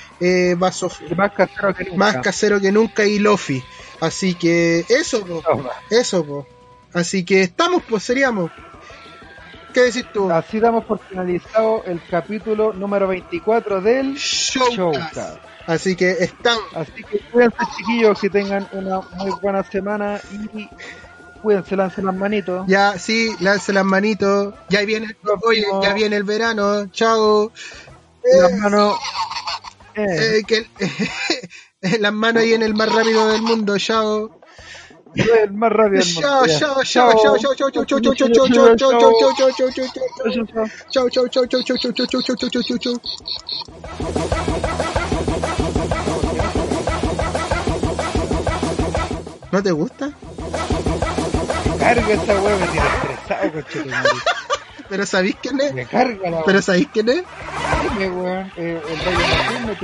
más casero que nunca y lofi. Así que eso, po. Así que estamos, pues seríamos. ¿Qué decís tú? Así damos por finalizado el capítulo número 24 del Showcast. Así que estamos. Así que cuídense, chiquillos, que tengan una muy buena semana y cuídense, lancen las manitos. Ya, sí, lancen las manitos. Ya viene el verano. Chao. Las manos. Las manos ahí en el más rápido del mundo. Chao. El más rápido del mundo. Chao. ¿No te gusta? Carga esa hueá, me tiene estresado, conchetumare. ¿Pero sabéis quién es? Me carga la ¿Pero sabéis quién es? Dime, weón. El Rayo Martín no te...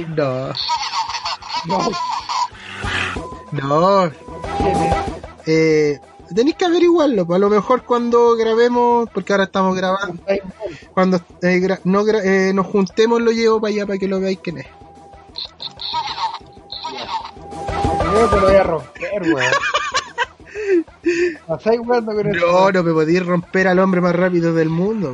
No. ¿Quién es? Tenéis que averiguarlo, pues a lo mejor cuando grabemos, porque ahora estamos grabando, cuando nos juntemos lo llevo para allá para que lo veáis quién es. Yo te lo voy a romper, weón. ¿Pasáis jugando con eso? No me podéis romper al hombre más rápido del mundo.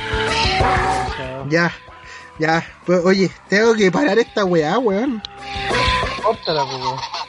Ya. Pues, oye, tengo que parar esta weá, weón. Córtala, weón.